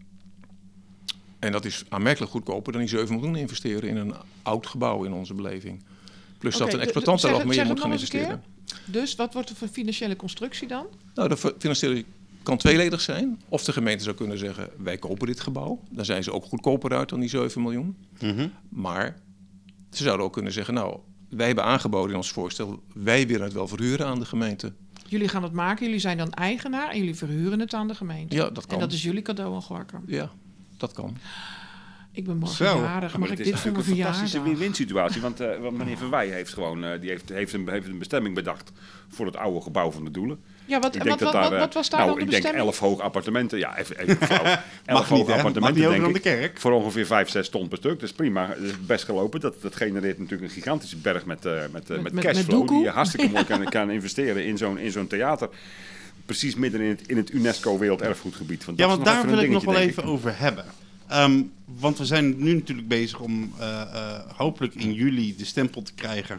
En dat is aanmerkelijk goedkoper dan die zeven miljoen investeren in een oud gebouw in onze beleving. Plus Oké, dat een de- exploitant de- er zeg nog het- meer zeg moet het gaan nog eens een investeren. Dus wat wordt er voor financiële constructie dan? Nou, de financiële kan tweeledig zijn. Of de gemeente zou kunnen zeggen, wij kopen dit gebouw. Dan zijn ze ook goedkoper uit dan die zeven miljoen. Mhm. Maar ze zouden ook kunnen zeggen, nou, wij hebben aangeboden in ons voorstel, wij willen het wel verhuren aan de gemeente. Jullie gaan het maken, jullie zijn dan eigenaar en jullie verhuren het aan de gemeente. Ja, dat kan. En dat is jullie cadeau aan Gorinchem. Ja, dat kan. Ik ben morgen Zo. jarig. Ja, Mag maar ik het is dit voor mijn natuurlijk een fantastische verjaardag? win-win situatie. Want, uh, want meneer Verwij heeft gewoon uh, die heeft, heeft, een, heeft een bestemming bedacht voor het oude gebouw van de Doelen. Ja, wat, Ik wat, denk dat wat, daar, wat, uh, wat was daar nou, dan de ik denk bestemming? elf hoog appartementen. Ja, even, even flauw. elf Mag hoog niet, hè? Mag appartementen, niet over denk aan de ik. kerk. Voor ongeveer vijf, zes ton per stuk. Dat is prima. Dat is best gelopen. Dat, dat genereert natuurlijk een gigantische berg met, uh, met, uh, met, Met- met met cashflow. doekoe. Die je hartstikke mooi kan, kan investeren in zo'n, in zo'n theater. Precies midden in het, in het UNESCO Werelderfgoedgebied. Want Ja, dat is want nog daar even wil een ik nog dingetje, wel denk even over hebben. Um, want we zijn nu natuurlijk bezig om uh, uh, hopelijk in juli de stempel te krijgen.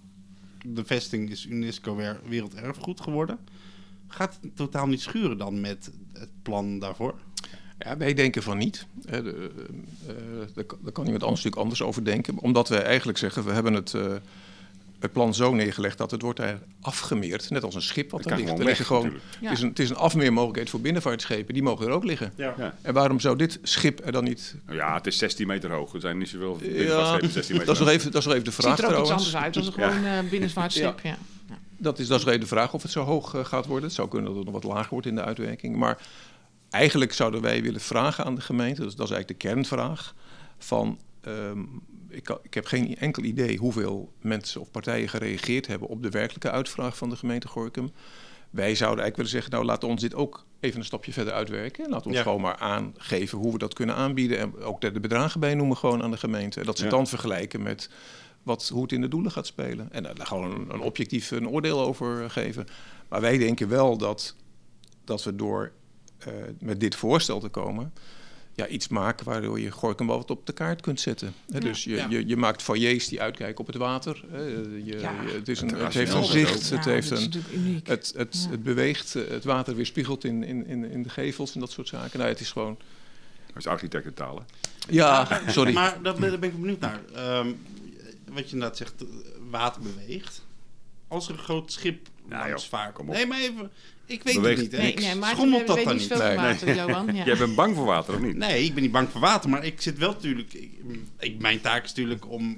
De vesting is UNESCO Wer- Werelderfgoed geworden. Gaat het totaal niet schuren dan met het plan daarvoor? Ja, wij denken van niet. Eh, de, eh, daar, kan- daar kan iemand anders natuurlijk anders over denken. Omdat wij eigenlijk zeggen, we hebben het, eh, het plan zo neergelegd dat het wordt er afgemeerd. Net als een schip wat Het er kan ligt. gewoon Er liggen weg, gewoon, natuurlijk. Ja. het, is een, het is een afmeermogelijkheid voor binnenvaartschepen. Die mogen er ook liggen. Ja. Ja. En waarom zou dit schip er dan niet... Nou ja, het is zestien meter hoog. Er zijn niet zoveel Ja, binnenvaartschepen zestien meter dat is, nog hoog. even, dat is nog even de Het vraag ziet er ook iets trouwens. anders uit als een gewoon uh, binnenvaartschip. Ja. Dat is, dat is nog even de vraag of het zo hoog uh, gaat worden. Het zou kunnen dat het nog wat lager wordt in de uitwerking. Maar eigenlijk zouden wij willen vragen aan de gemeente, dus dat is eigenlijk de kernvraag, van um, ik, kan, ik heb geen enkel idee hoeveel mensen of partijen gereageerd hebben op de werkelijke uitvraag van de gemeente Gorinchem. Wij zouden eigenlijk willen zeggen, nou laten we ons dit ook even een stapje verder uitwerken. Laten we ons Ja. gewoon maar aangeven hoe we dat kunnen aanbieden. En ook de, de bedragen bij noemen gewoon aan de gemeente. En dat ze Ja. het dan vergelijken met wat, hoe het in de doelen gaat spelen. En daar gewoon een, een objectief een oordeel over geven. Maar wij denken wel dat, dat we door uh, met dit voorstel te komen, ja, iets maken waardoor je Gorinchem wel wat op de kaart kunt zetten. He, dus je, Ja. je, je maakt foyers die uitkijken op het water. He, je, Ja. je, het, is een, Het het heeft een terras wel, zicht, Ja, het, heeft dat is een, natuurlijk uniek. het, het, Ja. het beweegt, eh, het water weerspiegelt in, in, in, in de gevels en dat soort zaken. Nou, het is gewoon... Dat is architectentaal, hè? Ja, sorry. Maar dat, daar ben ik benieuwd naar. Um, wat je inderdaad zegt, water beweegt. Als er een groot schip Nou, langs joh, vaart. kom op. Nee, maar even... Ik weet Beweegt het niet. Hè. Nee, Ik nee, maar schommelt je dat weet dan niet niet. veel van Nee. water, Johan. Ja. Jij bent bang voor water, of niet? Nee, ik ben niet bang voor water. Maar ik zit wel natuurlijk... Ik, ik, mijn taak is natuurlijk om,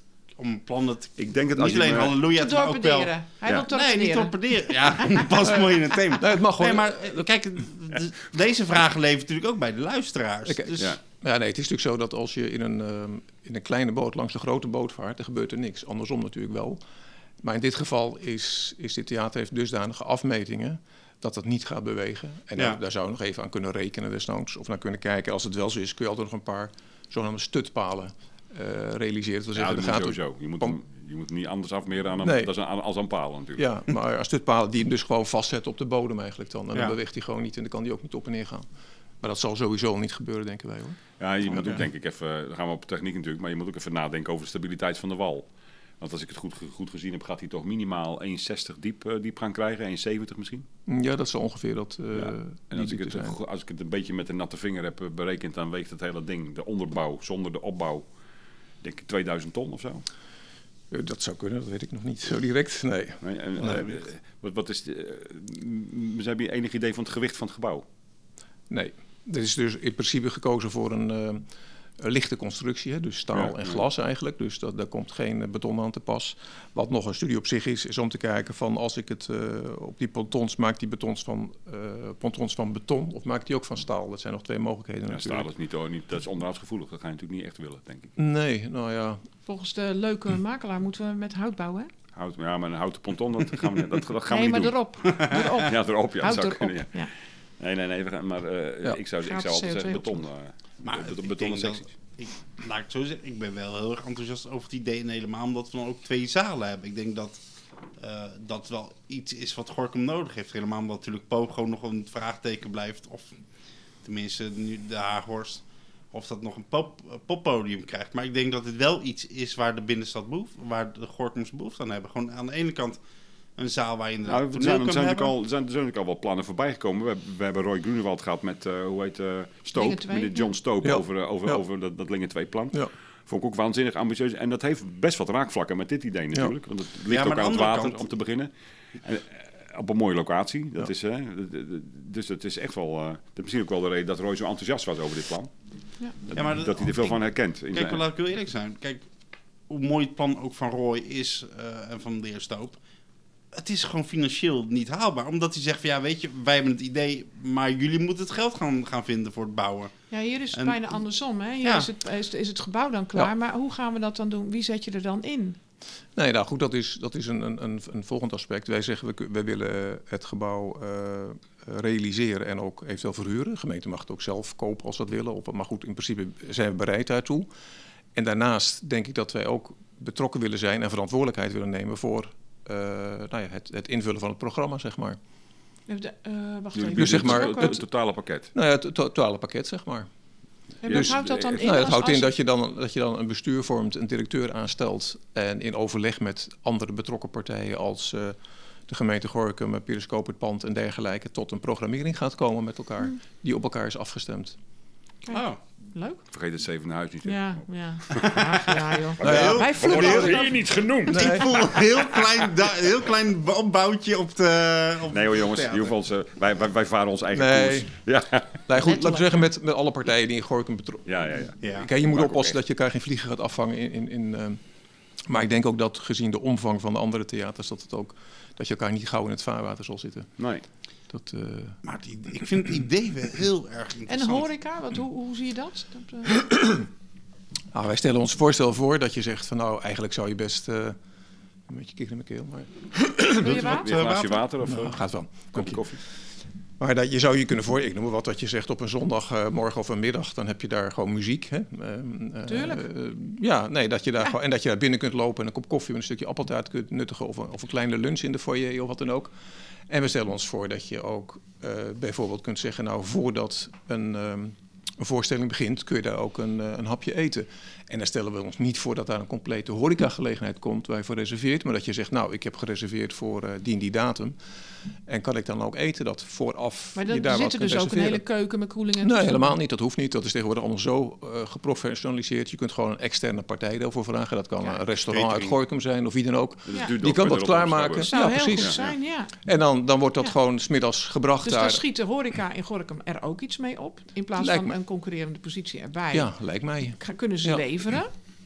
om plannen te... Ik denk dat als Niet je... alleen me- halleluja, Te maar ook wel... torpederen. Hij Ja. wil Nee, niet torpederen. torpederen. Ja, pas mooi in het thema. Nee, het mag gewoon. Nee, maar eh, kijk, d- deze vragen leven natuurlijk ook bij de luisteraars. Oké, Dus, Ja. Ja, nee, het is natuurlijk zo dat als je in een, ehm, in een kleine boot langs een grote boot vaart, dan gebeurt er niks. Andersom natuurlijk wel. Maar in dit geval is, is dit theater heeft dusdanige afmetingen dat het niet gaat bewegen. En Ja. daar, daar zou je nog even aan kunnen rekenen desnoods. Of naar kunnen kijken. Als het wel zo is, kun je altijd nog een paar zogenaamde stutpalen uh, realiseren. Dat wil Ja, zeggen, dat er moet gaat sowieso. Je moet, Pam- hem, je moet hem niet anders afmeren aan een, Nee. dat is aan, als aan palen natuurlijk. Ja, maar aan stutpalen die hem dus gewoon vastzetten op de bodem eigenlijk dan. En Ja. dan beweegt hij gewoon niet en dan kan hij ook niet op en neer gaan. Maar dat zal sowieso niet gebeuren, denken wij hoor. Ja, je moet Oké. ook denk ik even, dan gaan we op techniek natuurlijk, maar je moet ook even nadenken over de stabiliteit van de wal. Want als ik het goed, goed gezien heb, gaat hij toch minimaal één komma zestig diep, uh, diep gaan krijgen, één komma zeventig misschien. Ja, dat zal ongeveer dat. Uh, Ja. En als ik, het, zijn. go- als ik het een beetje met een natte vinger heb uh, berekend, dan weegt het hele ding, de onderbouw zonder de opbouw, denk ik tweeduizend ton of zo. Uh, dat zou kunnen, dat weet ik nog niet zo direct. Nee. Nee, en, Nee. uh, wat, wat is de, uh, heb je enig idee van het gewicht van het gebouw? Nee. Er is dus in principe gekozen voor een, uh, een lichte constructie, hè? Dus staal Ja, en ja. glas eigenlijk. Dus dat, daar komt geen uh, beton aan te pas. Wat nog een studie op zich is, is om te kijken van als ik het uh, op die pontons, maakt die betons van, uh, pontons van beton of maakt die ook van staal? Dat zijn nog twee mogelijkheden Ja, natuurlijk. staal is niet, oh, niet, dat is onderhoudsgevoelig, dat ga je natuurlijk niet echt willen, denk ik. Nee, nou ja. Volgens de leuke makelaar moeten we met hout bouwen. Hè? Hout, ja, maar een houten ponton, dat gaan we, dat, dat gaan Nee, we maar niet doen. erop. erop. Ja, erop, ja, dat Hout zou erop. kunnen, ja. Ja. Nee, nee, nee, we gaan, maar uh, Ja. ik zou, ik Gratis zou altijd C O zeggen twee beton. Uh, Maar beton, ik betonnen denk dat- secties. Ik, laat ik het zo zeggen, ik ben wel heel erg enthousiast over het idee. En helemaal omdat we dan ook twee zalen hebben. Ik denk dat uh, dat wel iets is wat Gorinchem nodig heeft. Helemaal omdat natuurlijk Pogo nog een vraagteken blijft. Of tenminste nu de Haaghorst. Of dat nog een pop, uh, poppodium krijgt. Maar ik denk dat het wel iets is waar de binnenstad behoefte, waar de Gorinchems behoefte aan hebben. Gewoon aan de ene kant een zaal waar je inderdaad Nou, er toneel zijn, er kan zijn hebben. natuurlijk al, er zijn, er zijn natuurlijk al wel plannen voorbij gekomen. We, hebben- we hebben Roy Grunewald gehad met, uh, hoe heet uh, Lingen Stoop, twee, meneer John ja. Stoop, Ja. over, uh, over, Ja. over dat, dat Lingen twee plan. Ja. Vond ik ook waanzinnig ambitieus. En dat heeft best wat raakvlakken met dit idee natuurlijk. Want het ligt Ja, maar ook de aan het andere water, kant- om te beginnen. En, uh, op een mooie locatie. Dat Ja. is, uh, d- d- d- dus het is echt wel... Uh, dat is misschien ook wel de reden dat Roy zo enthousiast was over dit plan. Ja. Dat, Ja, maar dat hij er veel ik- van herkent. in Kijk, zijn- maar laat ik heel eerlijk zijn. Kijk, hoe mooi het plan ook van Roy is uh, en van de heer Stoop. het is gewoon financieel niet haalbaar. Omdat hij zegt van ja, weet je, wij hebben het idee, maar jullie moeten het geld gaan, gaan vinden voor het bouwen. Ja, hier is het En- bijna andersom. Hè? Hier Ja. is, het, is, is het gebouw dan klaar, Ja. maar hoe gaan we dat dan doen? Wie zet je er dan in? Nee, nou goed, dat is, dat is een, een, een, een volgend aspect. Wij zeggen, we, ku- wij willen het gebouw uh, realiseren en ook eventueel verhuren. De gemeente mag het ook zelf kopen als dat willen. Of, maar goed, in principe zijn we bereid daartoe. En daarnaast denk ik dat wij ook betrokken willen zijn en verantwoordelijkheid willen nemen voor uh, nou ja, het, het invullen van het programma, zeg maar. De, uh, wacht Jullie even. Dus zeg maar, het, het totale pakket. Nou ja, het to- totale pakket, zeg maar. En dus- wat houdt dat dan in? Nou, dat als- houdt in als- dat je, dan, dat je dan een bestuur vormt, een directeur aanstelt en in overleg met andere betrokken partijen als uh, de gemeente Gorinchem, Periscope, het pand en dergelijke tot een programmering gaat komen met elkaar Hmm. die op elkaar is afgestemd. Kijk, Oh. Leuk. Vergeet het zevende huis niet. hè. Ja, ja. Ach, ja, joh. Nou ja, Wij We worden vloeken hier niet genoemd. Ik voel een heel klein, da- heel klein opbouwtje op de... Op Nee hoor jongens, theater. die hoeven ons, uh, wij, wij, wij varen ons eigen Nee. koers. Ja, Nee, goed, laten we zeggen met, met alle partijen die in Gorinchem betrokken. ja, ja. ja. Ja. Kijk, je moet Maar oppassen oké. dat je elkaar geen vliegen gaat afvangen in... in, in uh, maar ik denk ook dat gezien de omvang van de andere theaters, dat, het ook, dat je elkaar niet gauw in het vaarwater zal zitten. Nee. Dat, uh, Maar het idee- ik vind het idee wel heel erg En interessant. de horeca, wat, hoe, hoe zie je dat? dat uh... Nou, wij stellen ons voorstel voor dat je zegt van nou, eigenlijk zou je best... Uh, een beetje kikker in mijn keel, maar Wil je wat, water? Weer een glaasje water? water of nou, uh, gaat wel. kopje koffie? Maar dat, je zou je kunnen voor, ik noem maar wat, dat je zegt op een zondagmorgen uh, morgen of een middag, dan heb je daar gewoon muziek. Hè? Uh, uh, Tuurlijk. Uh, ja, nee, dat je daar gewoon, en dat je daar binnen kunt lopen en een kop koffie met een stukje appeltaart kunt nuttigen of een, of een kleine lunch in de foyer of wat dan ook. En we stellen ons voor dat je ook uh, bijvoorbeeld kunt zeggen, nou voordat een, um, een voorstelling begint, kun je daar ook een, uh, een hapje eten. En dan stellen we ons niet voor dat daar een complete horecagelegenheid komt waar je voor reserveert, maar dat je zegt, nou ik heb gereserveerd voor uh, die en die datum. En kan ik dan ook eten dat vooraf Maar je dan daar wat zit er kunt dus ook een hele reserveren? keuken met koeling en Nee, toestanden. helemaal niet. Dat hoeft niet. Dat is tegenwoordig allemaal zo uh, geprofessionaliseerd. Je kunt gewoon een externe partij daarvoor vragen. Dat kan Ja. een restaurant uit Catering. Gorinchem zijn of wie dan ook. Dus Ja. het duurt Die ook kan met dat erop klaarmaken. opschouwen. Zou Ja, heel precies. goed zijn, ja. En dan, dan wordt dat Ja. gewoon 's middags gebracht Dus daar. dan schiet de horeca in Gorinchem er ook iets mee op. In plaats Lijkt van me. een concurrerende positie erbij. Ja, lijkt mij. Ga- Kunnen ze Ja. leveren?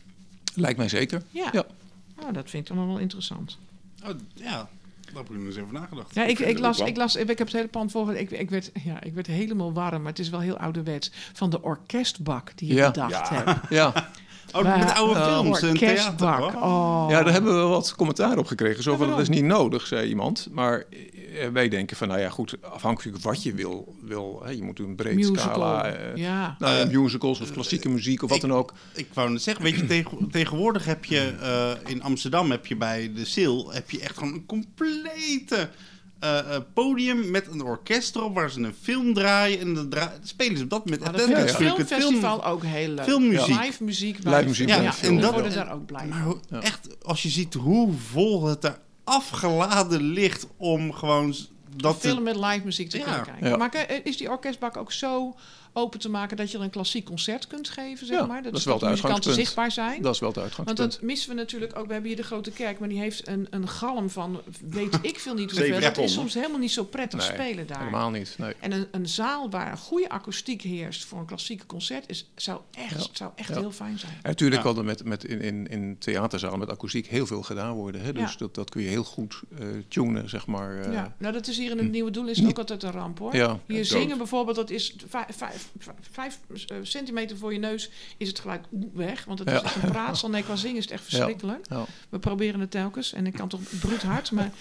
Lijkt mij zeker. Ja. Ja. Oh, dat vind ik dan wel interessant. Oh, ja, daar heb ik nog eens even nagedacht. Ja, ik, vind ik, het las, ook wel. ik las, ik heb het hele pand voor. Ik, ik, werd, ja, ik werd helemaal warm, maar het is wel heel ouderwets. Van de orkestbak die je Ja. bedacht Ja. hebt. Ja. Oh, Maar- met oude Oh, films en theater. Orkestbak. Oh. Oh. ja, daar hebben we wel wat commentaar op gekregen. Zo Ja, van, dat is waarom? niet nodig, zei iemand. Maar eh, wij denken van, nou ja, goed, afhankelijk wat je wil. wil hè, je moet een breed Musical. scala... eh, ja. nou, ja, Eh, musicals of klassieke muziek of wat ik- dan ook. Ik wou net zeggen, weet je, tegen, tegenwoordig heb je uh, in Amsterdam heb je bij de S I L heb je echt gewoon een complete uh, uh, podium met een orkest erop waar ze een film draaien en dan dra- spelen ze op dat met Maar dat vind ik attendance het natuurlijk het filmfestival film. ook heel leuk. filmmuziek. Live muziek. Live muziek Ja, bij ja, een film. en dat- We worden daar ook blij Maar van. hoe- Ja. echt, als je ziet hoe vol het daar afgeladen ligt om gewoon s- dat te- Film met live muziek te Ja. kunnen kijken. Ja. Maar ke- is die orkestbak ook zo open te maken dat je er een klassiek concert kunt geven, zeg Ja, maar? dat is wel de het muzikanten uitgangspunt. zichtbaar zijn. Dat is wel het Want uitgangspunt. dat missen we natuurlijk ook. We hebben hier de grote kerk, maar die heeft een, een galm van weet ik veel niet hoeveel. Zeven Dat ton, is hè? soms helemaal niet zo prettig Nee, spelen daar. Helemaal niet, nee. En een, een zaal waar een goede akoestiek heerst voor een klassieke concert is, zou echt, Ja. zou echt Ja. heel fijn zijn. En natuurlijk Ja. kan er met, met in, in, in theaterzalen met akoestiek heel veel gedaan worden. Hè? Dus Ja. dat, dat kun je heel goed uh, tunen, zeg maar. uh, Ja, nou dat is hier in het Nieuwe Doel is het ook altijd een ramp hoor. Ja. Hier Ja, zingen dood. bijvoorbeeld, dat is vijf, vijf, vijf uh, centimeter voor je neus is het geluid weg. Want het Ja. is echt een praatsel. Nee, qua zingen is het echt verschrikkelijk. Ja. We proberen het telkens en ik kan toch broedhard, maar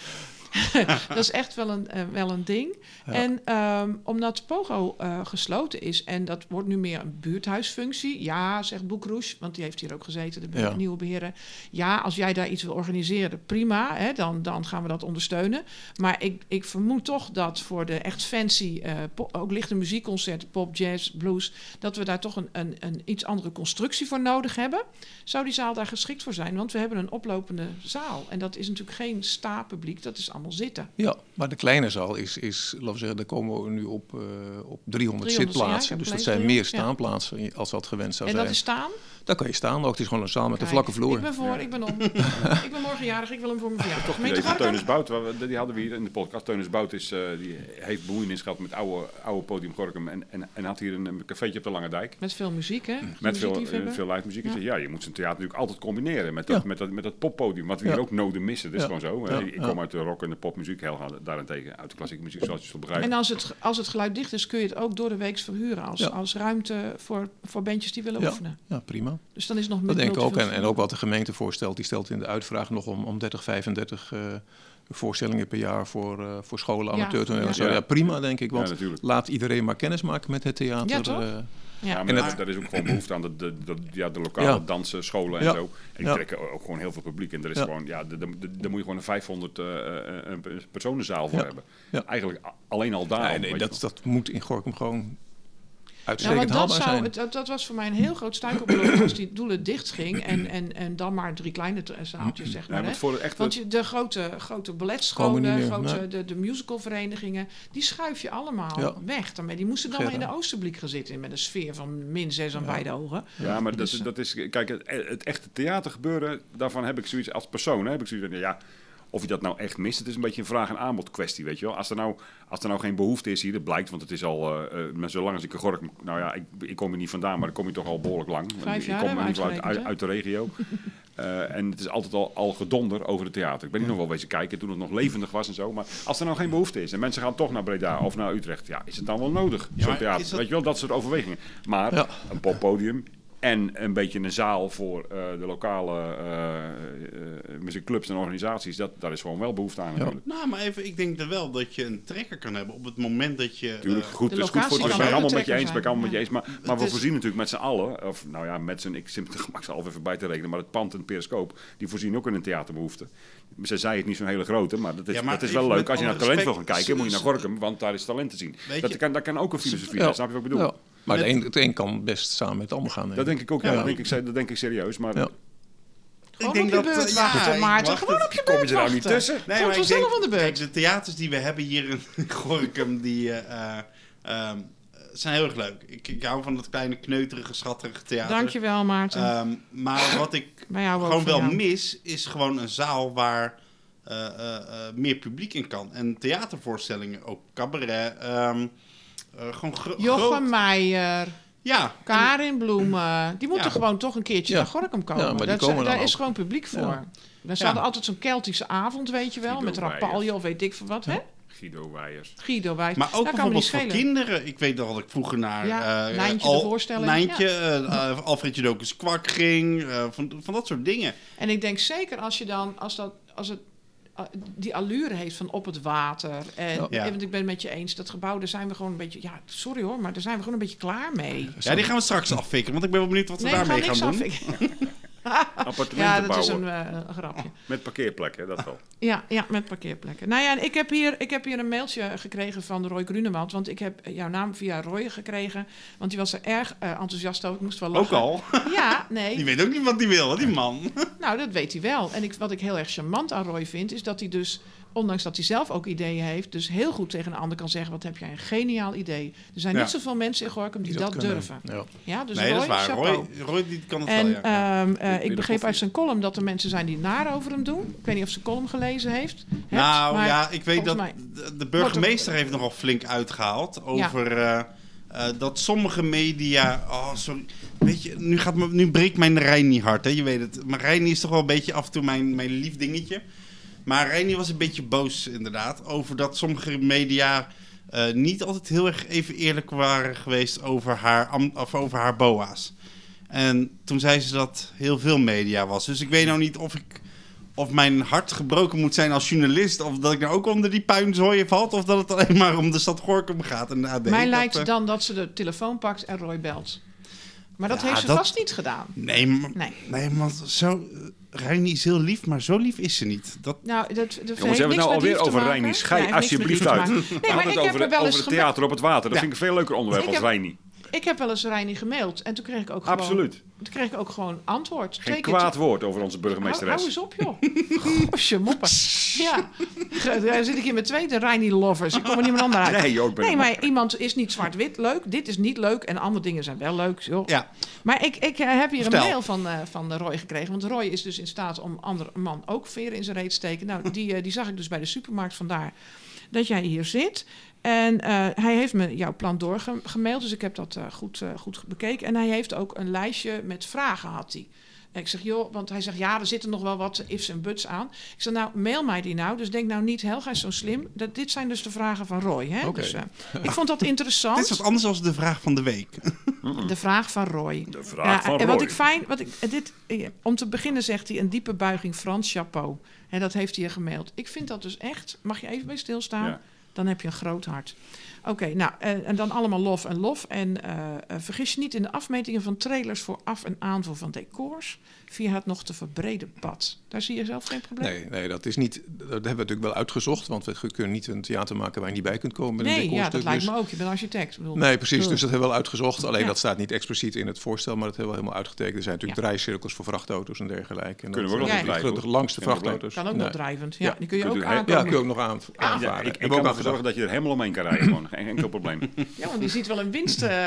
dat is echt wel een, uh, wel een ding. Ja. En um, omdat Pogo uh, gesloten is en dat wordt nu meer een buurthuisfunctie. Ja, zegt Boekroes, want die heeft hier ook gezeten, de be- Ja. nieuwe beheerder. Ja, als jij daar iets wil organiseren, prima, hè, dan, dan gaan we dat ondersteunen. Maar ik, ik vermoed toch dat voor de echt fancy, uh, po- ook lichte muziekconcerten, pop, jazz, blues, dat we daar toch een, een, een iets andere constructie voor nodig hebben. Zou die zaal daar geschikt voor zijn? Want we hebben een oplopende zaal. En dat is natuurlijk geen sta-publiek, dat is allemaal zitten. Ja, maar de kleine zaal is, is laten we zeggen, daar komen we nu op, uh, op driehonderd driehonderd, ja, ik zitplaatsen. heb dus dat gelezen, zijn meer ja. staanplaatsen als dat gewenst zou En zijn. dat is staan? Daar kan je staan ook. Het is gewoon een zaal met een Kijk, vlakke vloer. Ik ben voor, ik ben om. Ik ben morgenjarig, ik wil hem voor mijn verjaardag. Toch Gemeente even Gorinchem? Teunis Bout, waar we- die hadden we hier in de podcast. Teunis Bout is, uh, die heeft bemoeienis gehad met oude, oude podium Gorinchem en, en, en had hier een, een cafeetje op de Lange Dijk. Met veel muziek, hè? Met veel, Muziekliefhebber. uh, veel live muziek. Ja. Ja. ja, je moet zijn theater natuurlijk altijd combineren met dat, Ja. met dat, met dat poppodium. Wat we Ja. hier ook noden missen. Dat is Ja. gewoon zo. hè. Ja. Ik kom uit de rock en in de popmuziek. Helga daarentegen uit de klassieke muziek, zoals je zult begrijpen. En als het, als het geluid dicht is, kun je het ook door de week verhuren als, Ja. als ruimte voor, voor bandjes die willen Ja. oefenen. Ja, prima. Dus dan is nog Dat denk ik ook. En, multifunctie. en ook wat de gemeente voorstelt, die stelt in de uitvraag nog om, om dertig, vijfendertig uh, voorstellingen per jaar voor, uh, voor scholen, Ja, amateurtoneel. ja. en zo. Ja, prima denk ik, want Ja, natuurlijk. laat iedereen maar kennis maken met het theater. Ja, toch? uh, Ja. Ja, maar En dat, het- daar is ook gewoon behoefte aan de, de, de, ja, de lokale Ja. dansen, scholen en Ja. zo. En die Ja. trekken ook gewoon heel veel publiek. En er is Ja. gewoon, ja, daar moet je gewoon een vijfhonderd uh, een personenzaal voor Ja. hebben. Ja. Eigenlijk a- alleen al daar. nee, al, nee, weet je dat, dat moet in Gorinchem gewoon Ja, uitstekend want dat, haalbaar zou, zijn. dat, dat was voor mij een heel groot struikelblok als die doelen dicht ging en, en, en dan maar drie kleine t- zaaltjes, zeg Ja, maar. want hè. voor het echte, Want je, de grote, grote Komen balletscholen, niet meer, grote, nee. de, de musicalverenigingen, die schuif je allemaal Ja. weg. Daarmee. Die moesten dan maar in Gerda. de Oosterbliek gaan zitten met een sfeer van min zes aan Ja. beide ogen. ja, maar dat, Dus, dat is, kijk, het, het echte theatergebeuren, daarvan heb ik zoiets als persoon, hè, heb ik zoiets van, ja, of je dat nou echt mist, het is een beetje een vraag- en aanbod kwestie, weet je wel. Als er nou, als er nou geen behoefte is hier, dat blijkt, want het is al, uh, uh, maar zolang als ik in Gorinchem, nou ja, ik, ik kom er niet vandaan, maar dan kom je toch al behoorlijk lang. Vijf jaar ik kom hebben we in ieder geval uit, uitgerekend, uit, uit de regio. Uh, en het is altijd al, al gedonder over het theater. Ik ben hier nog wel wezen kijken toen het nog levendig was en zo. Maar als er nou geen behoefte is en mensen gaan toch naar Breda of naar Utrecht, ja, is het dan wel nodig, Ja, zo'n maar theater? is dat- Weet je wel, dat soort overwegingen. Maar Ja. een poppodium en een beetje een zaal voor uh, de lokale uh, uh, muziekclubs en organisaties, dat, daar is gewoon wel behoefte aan natuurlijk. Nou, maar even, ik denk er wel dat je een trekker kan hebben op het moment dat je... Tuurlijk, eh, goed, de het is goed voor locatie het. Ik kan ben ook allemaal een met je eens, trekker ben ik allemaal met je eens. zijn, Maar, maar we is- voorzien natuurlijk met z'n allen, of nou ja, met z'n, ik zit het gemakshalve even bij te rekenen, maar het pand en het periscoop, die voorzien ook in een theaterbehoefte. Ze zei het niet zo'n hele grote, maar dat is, Ja, maar dat is even wel leuk. met Als je naar alle talent wil respect, gaan kijken, moet je naar s- Gorinchem, want daar is talent te zien. Weet Dat je- kan, dat kan ook een filosofie Ja. zijn, snap je wat ik bedoel? Ja. Maar Met- de een, het een kan best samen met het ander gaan. Dat denk ik ook, ja, Ja. Dat, denk ik, se- dat denk ik serieus. Maar Ja. Gewoon op je beurt eh, wachten, ik Maarten. wacht Gewoon het. op je kom beurt je er nou niet wachten. tussen? Nee, Komt maar ik vanzelf denk, aan de beurt. kijk, de theaters die we hebben hier in Gorinchem, die eh, eh, um, zijn heel erg leuk. Ik, ik hou van dat kleine, kneuterige, schattige theater. Dankjewel, Maarten. Ehm, maar wat ik Wij houden ook gewoon van wel jou. mis, is gewoon een zaal waar uh, uh, uh, meer publiek in kan. En theatervoorstellingen, ook cabaret, ehm, uh, gewoon gro- Jochem groot. Meijer, Ja, Karin Bloemen, die moeten Ja. gewoon toch een keertje Ja. naar Gorinchem komen. Ja, maar die Dat, komen daar dan is ook. gewoon publiek voor. Ja. Dan staat er Ja. altijd zo'n Keltische avond, weet je wel, Guido met Rapalje Weijers. of weet ik veel wat, hè? Guido Weijers. Guido Wijs. maar ook Daar kan me niet bijvoorbeeld voor schelen. kinderen. Ik weet nog dat ik vroeger naar Ja, eh, Nijntje de voorstelling, Nijntje, eh, uh, Alfred Jodokus Kwak ging, uh, van, van dat soort dingen. En ik denk zeker als je dan, als dat, als het uh, die allure heeft van op het water. En, Ja. want ik ben het met je eens, dat gebouw, daar zijn we gewoon een beetje, ja, sorry hoor, maar daar zijn we gewoon een beetje klaar mee. Ja, die gaan we straks afvikken, want ik ben wel benieuwd wat we Nee, we gaan daarmee niks gaan af. doen. Ik- Appartementen Ja, dat is bouwen. een, uh, een grapje. Met parkeerplekken, dat wel. Ja, ja, met parkeerplekken. Nou ja, en ik heb, hier, ik heb hier een mailtje gekregen van Roy Grunewald. Want ik heb jouw naam via Roy gekregen. Want die was er erg uh, enthousiast over. Ik moest wel lachen. Ook al. Ja, nee. Die weet ook niet wat hij wil, hè, die man. Nou, dat weet hij wel. En ik, wat ik heel erg charmant aan Roy vind, is dat hij dus, ondanks dat hij zelf ook ideeën heeft, dus heel goed tegen een ander kan zeggen, wat heb jij een geniaal idee. Er zijn Ja. niet zoveel mensen in Gorinchem die, dat, kunnen. durven. Ja. Ja, dus nee, Roy, dat is waar. chapeau. Roy, Roy die kan het En wel, ja. ehm, eh, Weer de ik begreep koffie. uit zijn column dat er mensen zijn die naar over hem doen. Ik weet niet of ze de column gelezen heeft. hebt, Nou maar ja, ik weet dat volgens mij- de, de burgemeester heeft nogal flink uitgehaald over eh, uh, dat sommige media... Oh, sorry. Weet je, nu, gaat me, nu breekt mijn Reini hart, hè, je weet het. Maar Reini is toch wel een beetje af en toe mijn, mijn lief dingetje. Maar Reini was een beetje boos inderdaad over dat sommige media... Uh, niet altijd heel erg even eerlijk waren geweest over haar, am- of over haar boa's. En toen zei ze dat heel veel media was. Dus ik weet nou niet of ik... Of mijn hart gebroken moet zijn als journalist. Of dat ik nou ook onder die puinzooi valt. Of dat het alleen maar om de stad Gorinchem gaat. En de A D. Mij Dat, lijkt eh, dan dat ze de telefoon pakt en Roy belt. Maar dat Ja, heeft ze dat- vast niet gedaan. Nee, maar, Nee. nee, want zo... Reini is heel lief, maar zo lief is ze niet. Dat, Nou, dat, dat Jongens, heeft hebben we het niks nou met alweer liefde te over maken. Reini? Schei Ja, heeft niks met alsjeblieft liefde uit. te maken. We Nee, maar hadden ik het heb over, er wel over eens het gemaild. theater op het water. Dat Ja. vind ik een veel leuker onderwerp Ik als heb- Reini. Ik heb wel eens Reini gemaild. En toen kreeg ik ook gewoon... Absoluut. Toen kreeg ik ook gewoon antwoord. Geen Twee keer kwaad te- woord over onze Hou, hou burgemeesteres. eens op, joh. Gosje, moppen. Ja. Daar zit ik hier met twee de Reini-lovers. Ik kom er niemand anders uit. Nee, joh, ik ben Nee, er- maar iemand is niet zwart-wit leuk. Dit is niet leuk. En andere dingen zijn wel leuk. Joh. ja, Maar ik, ik eh, heb hier Vertel. een mail van, eh, van Roy gekregen. Want Roy is dus in staat om andere man ook veren in zijn reet te steken. Nou, die, eh, die zag ik dus bij de supermarkt, vandaar dat jij hier zit. En eh, hij heeft me jouw plan doorgemaild. Dus ik heb dat eh, goed, eh, goed bekeken. En hij heeft ook een lijstje met vragen had hij. En ik zeg, joh, want hij zegt, ja, er zitten nog wel wat ifs en buts aan. Ik zeg, nou, mail mij die nou. Dus denk nou niet, Helga is zo slim. Dat, dit zijn dus de vragen van Roy. Hè? Okay. Dus, uh, ik vond dat interessant. Dit is wat anders dan de vraag van de week. De vraag van Roy. De vraag ja, van en Roy. wat ik fijn, wat ik, dit, om te beginnen zegt hij een diepe buiging Frans chapeau. En dat heeft hij je gemaild. Ik vind dat dus echt, mag je even bij stilstaan? Ja. Dan heb je een groot hart. Oké, okay, nou, en, en dan allemaal lof en lof. En uh, uh, vergis je niet in de afmetingen van trailers voor af- en aanvoer van decors via het nog te verbreden pad. Daar zie je zelf geen probleem? Nee, nee, dat is niet. Dat hebben we natuurlijk wel uitgezocht, want we kunnen niet een theater maken waar je niet bij kunt komen met nee, een decorstuk. Ja, dat lijkt dus... me ook. Je bent architect. Bedoel, Nee, precies. bedoel. Dus dat hebben we wel uitgezocht. Alleen Ja. dat staat niet expliciet in het voorstel, maar dat hebben we helemaal uitgetekend. Er zijn natuurlijk Ja. draaicirkels voor vrachtauto's en dergelijke. En Kunnen we dat, ook nog Ja. drijven, gelukkig hoor. langs de Geen probleem. vrachtauto's. Kan ook Nee. nog drijvend. Ja, Ja. die kun je Kunt ook u- aankomen. Ja, kun je ook nog aan, Ja, aanvaren. ik, ik Hebben we kan ook ervoor aan zorgen dat je er helemaal omheen kan rijden. Gewoon. Geen enkel probleem. Ja, want die ziet wel een winst. Uh,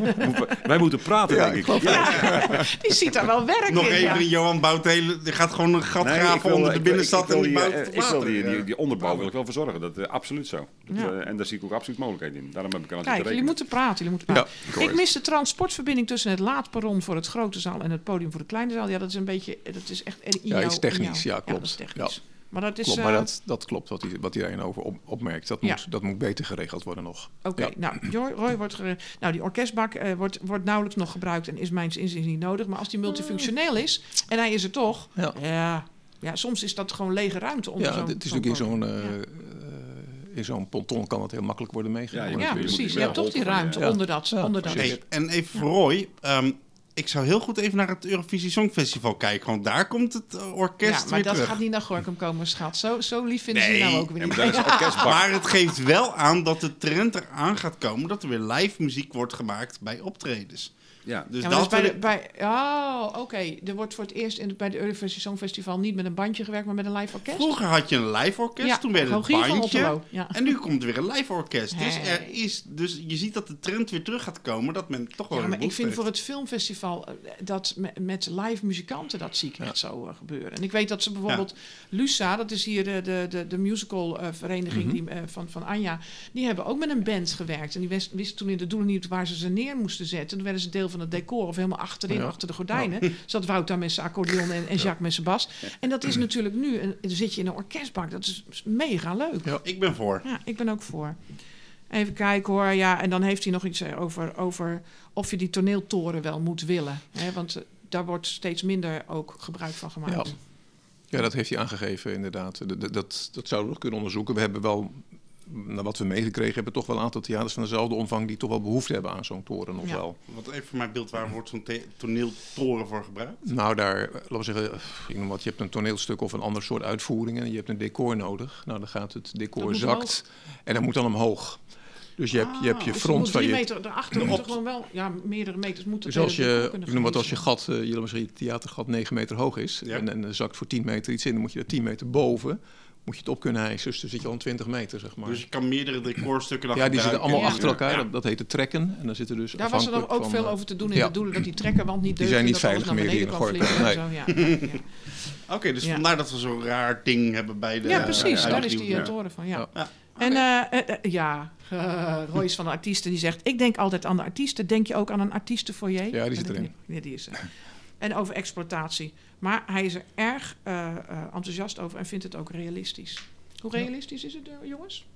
Wij moeten praten, Ja, denk ik ik. geloof ja, die ziet daar wel werk Nog in. even, Ja. Johan bouwt hele... Die gaat gewoon een gat Nee, ik graven wil- onder ik de wil- binnenstad ik wil en die die, bouwt eh, het Ik wil later. die, die, Ja. die onderbouw wil ik wel voor zorgen. Dat is absoluut zo. Dat, Ja. uh, en daar zie ik ook absoluut mogelijkheden in. Daarom heb ik er aan Kijk, te jullie rekenen. moeten praten. Jullie moeten Ja, praten. ik hoor ik het. mis de transportverbinding tussen het laadperron voor het grote zaal en het podium voor de kleine zaal. Ja, dat is een beetje, dat is echt in Ja, jouw- iets technisch. in jouw- Ja, klopt. dat is technisch. Ja. Maar dat is. Klopt, uh, maar dat, dat klopt wat, die, wat iedereen over op, opmerkt. Dat moet, Ja. dat moet beter geregeld worden nog. Oké, Ja. nou, Roy, Roy wordt gere- nou, die orkestbak uh, wordt, wordt nauwelijks nog gebruikt en is mijns inziens niet nodig. Maar als die multifunctioneel is en hij is er toch, Ja. ja, ja soms is dat gewoon lege ruimte onder Ja, zo'n. dit is zo'n natuurlijk in zo'n, podium. uh, Ja. uh, in zo'n ponton kan het heel makkelijk worden meegenomen. Ja, Ja, natuurlijk. precies. Je Ja, hebt toch die holte van, ruimte ja. onder dat. Ja, onder dat. precies. Hey, en even voor Roy. Um, ik zou heel goed even naar het Eurovisie Songfestival kijken. Want daar komt het uh, orkest Ja, maar weer dat terug. gaat niet naar Gorinchem komen, schat. Zo, zo lief vinden ze Nee, die nou ook weer Ja, niet. maar dat is orkestbak. Maar het geeft wel aan dat de trend eraan gaat komen... dat er weer live muziek wordt gemaakt bij optredens. Ja. Dus Ja, maar dat dus bij wil de, ik- bij, oh, oké. Er wordt voor het eerst in, bij de Eurovisie Songfestival niet met een bandje gewerkt, maar met een live orkest. Vroeger had je een live orkest, Ja, toen werd het Rogier van bandje. Otterlo, ja. En nu komt er weer een live orkest. Dus, Hey. er is, dus je ziet dat de trend weer terug gaat komen, dat men toch wel Ja, een maar ik behoefte vind voor heeft. het filmfestival, eh, dat met, met live muzikanten, dat zie ik echt zo uh, gebeuren. En ik weet dat ze bijvoorbeeld, Lusa, dat is hier de, de, de, de musical uh, vereniging Mhm. die, uh, van, van Anja, die hebben ook met een band gewerkt. En die wist, wisten toen in de doelen niet waar ze ze neer moesten zetten. Toen werden ze deel van het decor of helemaal achterin, Ja. achter de gordijnen. Zat Wouter met zijn accordeon en, en Jacques met zijn bas. En dat is natuurlijk nu, en dan zit je in een orkestbak, dat is mega leuk. Ja. Ik ben voor. Ja, ik ben ook voor. Even kijken hoor. Ja, en dan heeft hij nog iets eh, over, over of je die toneeltoren wel moet willen. Hè? Want eh, daar wordt steeds minder ook gebruik van gemaakt. Ja. Ja, dat heeft hij aangegeven inderdaad. Dat, dat, dat, dat zouden we nog kunnen onderzoeken. We hebben wel, naar wat we meegekregen hebben, toch wel een aantal theaters van dezelfde omvang die toch wel behoefte hebben aan zo'n toren nog Ja. wel. Wat even voor mijn beeld, waar wordt zo'n the- toneeltoren voor gebruikt? Nou, daar, laten we zeggen, ik noem wat, je hebt een toneelstuk of een ander soort uitvoering en je hebt een decor nodig. Nou, dan gaat het decor moet zakt en dat moet dan omhoog. Dus je hebt je, hebt je Dus front moet van drie je... meter erachter moeten gewoon wel, ja, meerdere meters moeten. Dus als je, kunnen ik noem wat, als je genezen. gat, uh, jullie misschien je theatergat negen meter hoog is Ja. en, en er zakt voor tien meter iets in, dan moet je er tien meter boven, moet je het op kunnen hijsen. Dus dan zit je al aan twintig meter, zeg maar. Dus je kan meerdere decorstukken dan Ja, die zitten gebruiken. allemaal Ja. achter elkaar. Ja. Dat, dat heet het trekken. En dan zitten dus Daar was er nog afhankelijk ook van, veel eh, over te doen in ja. de doelen dat die trekkerwand niet Die deugde. zijn niet dat alles veilig naar meer beneden hier in kwam Gorinchem, vliegen en zo. Ja, ja. Oké, dus Ja. vandaar dat we zo'n raar ding hebben bij de... Ja, precies. eh, Daar is die uitnieuw- uh, toren van, ja. Ja. Ja. En eh, eh, eh, ja, uh, Roy is van de artiesten die zegt... ik denk altijd aan de artiesten. Denk je ook aan een artiestenfoyer? Ja, die zit En ik- erin. Ja, die is er. En over exploitatie. Maar hij is er erg uh, uh, enthousiast over en vindt het ook realistisch. Hoe realistisch is het, uh, jongens?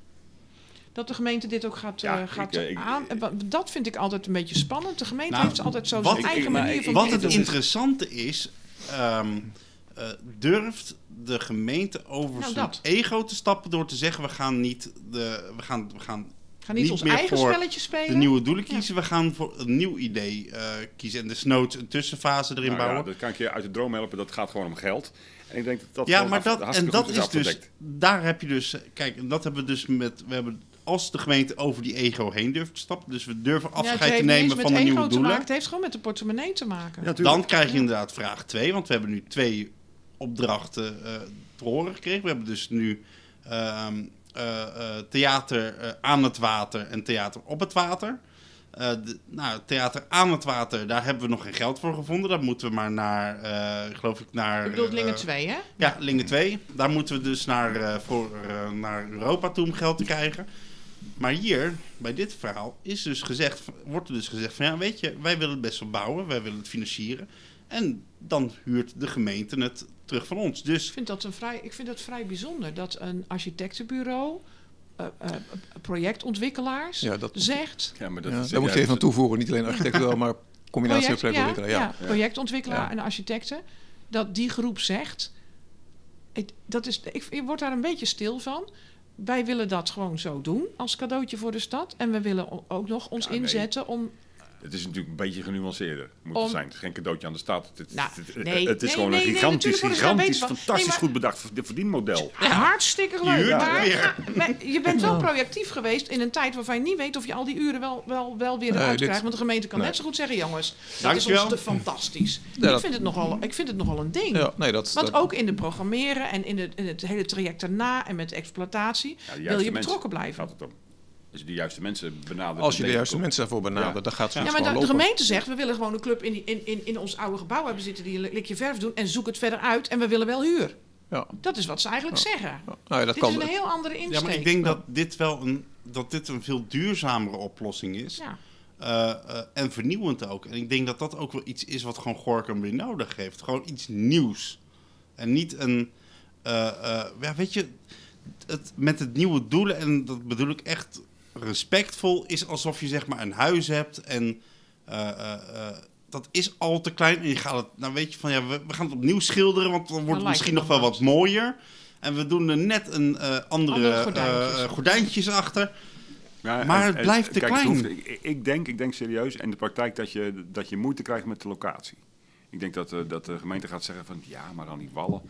Dat de gemeente dit ook gaat, uh, Ja, gaat ik, uh, ik- aan... uh, Dat vind ik altijd een beetje spannend. De gemeente Nou, heeft altijd zo wat zijn ik- eigen maar manier ik- van Wat dingen het doen. interessante is, ehm, uh, durft de gemeente over Nou, zijn dat. ego te stappen door te zeggen: we gaan niet, de, we gaan, we gaan Ga niet, niet ons meer eigen voor spelletje spelen. de nieuwe doelen kiezen, we gaan voor een nieuw idee uh, kiezen en desnoods een tussenfase erin Nou ja, bouwen. dat kan ik je uit de droom helpen. Dat gaat gewoon om geld. En ik denk dat dat Ja, gewoon maar af- dat, en hartstikke dat goed is dus, afgedekt. daar heb je dus, kijk, en dat hebben we dus met, we hebben, als de gemeente over die ego heen durft te stappen, dus we durven Ja, het afscheid heeft te niet eens nemen met van de ego nieuwe te doelen. maken. Het heeft gewoon met de portemonnee te maken. Ja, tuurlijk. Dan krijg je inderdaad vraag twee, want we hebben nu twee opdrachten uh, te horen gekregen. We hebben dus nu uh, uh, uh, theater uh, aan het water en theater op het water. Uh, de, nou, theater aan het water, daar hebben we nog geen geld voor gevonden. Daar moeten we maar naar, uh, geloof ik, naar... Je bedoelt uh, Lingen twee, hè? Ja, Lingen twee. Daar moeten we dus naar, uh, voor, uh, naar Europa toe om geld te krijgen. Maar hier, bij dit verhaal, is dus gezegd, wordt er dus gezegd van ja, weet je, wij willen het best wel bouwen, wij willen het financieren. En dan huurt de gemeente het terug van ons. Dus Ik vind dat, een vrij, ik vind dat vrij bijzonder dat een architectenbureau, uh, uh, projectontwikkelaars, Ja, dat- zegt... Ja, maar dat Ja, is, daar moet je even aan toevoegen. Niet alleen architecten wel, maar combinatie Project- van projectontwikkelaar. Ja. ja, projectontwikkelaar Ja. en architecten, dat die groep zegt... Ik, dat is, ik, ik word daar een beetje stil van. Wij willen dat gewoon zo doen als cadeautje voor de stad. En we willen o- ook nog ons Ja, nee. inzetten om... Het is natuurlijk een beetje genuanceerder moet Om- het zijn. Het is geen cadeautje aan de stad. Het, Nou, het, het- nee, het is nee, gewoon nee, een nee, gigantisch, natuurlijk worden ze daar gigantisch, beter van. fantastisch Nee, maar- goed bedacht verd- verdienmodel. Hartstikke leuk. Huurt Maar, weer. maar je bent wel projectief geweest in een tijd waarvan je niet weet of je al die uren wel, wel, wel weer Nee, eruit dit- krijgt. Want de gemeente kan nee. net zo goed zeggen, jongens, dat is Dankjewel. ons te fantastisch. Ja, ik, dat- vind het nogal, ik vind het nogal een ding. Ja, nee, dat, Want dat- ook in de programmeren en in, de, in het hele traject daarna en met de exploitatie Ja, de wil juiste je mensen betrokken blijven. Gaat het om. Als je de juiste mensen benadert. als je en de juiste tegenkomt. mensen daarvoor benadert, Ja. dan gaat Ja, zoiets maar de, gewoon de lopen. gemeente zegt, we willen gewoon een club in, die, in, in, in ons oude gebouw hebben zitten die een likje verf doen en zoek het verder uit en we willen wel huur. Ja. Dat is wat ze eigenlijk zeggen. Ja. Nou ja, dat Dit kan. is een heel andere insteek. ja, maar ik denk dat dit wel een, dat dit een veel duurzamere oplossing is. Ja. Uh, uh, en vernieuwend ook. En ik denk dat dat ook wel iets is wat gewoon Gorinchem weer nodig heeft. Gewoon iets nieuws. En niet een... Uh, uh, ja, weet je, het, met het nieuwe doelen, en dat bedoel ik echt respectvol, is alsof je zeg maar een huis hebt en uh, uh, uh, dat is al te klein. En je gaat het, nou weet je van ja, we, we gaan het opnieuw schilderen, want dan wordt het lijkt misschien het nog wel dan wat mooier. En we doen er net een uh, andere, Andere gordijntjes. uh, gordijntjes achter. Ja, Maar en- het en- blijft te kijk, het klein. hoeft- ik, ik, denk, ik denk serieus in de praktijk dat je, dat je moeite krijgt met de locatie. Ik denk dat, uh, dat de gemeente gaat zeggen van ja, maar dan die wallen.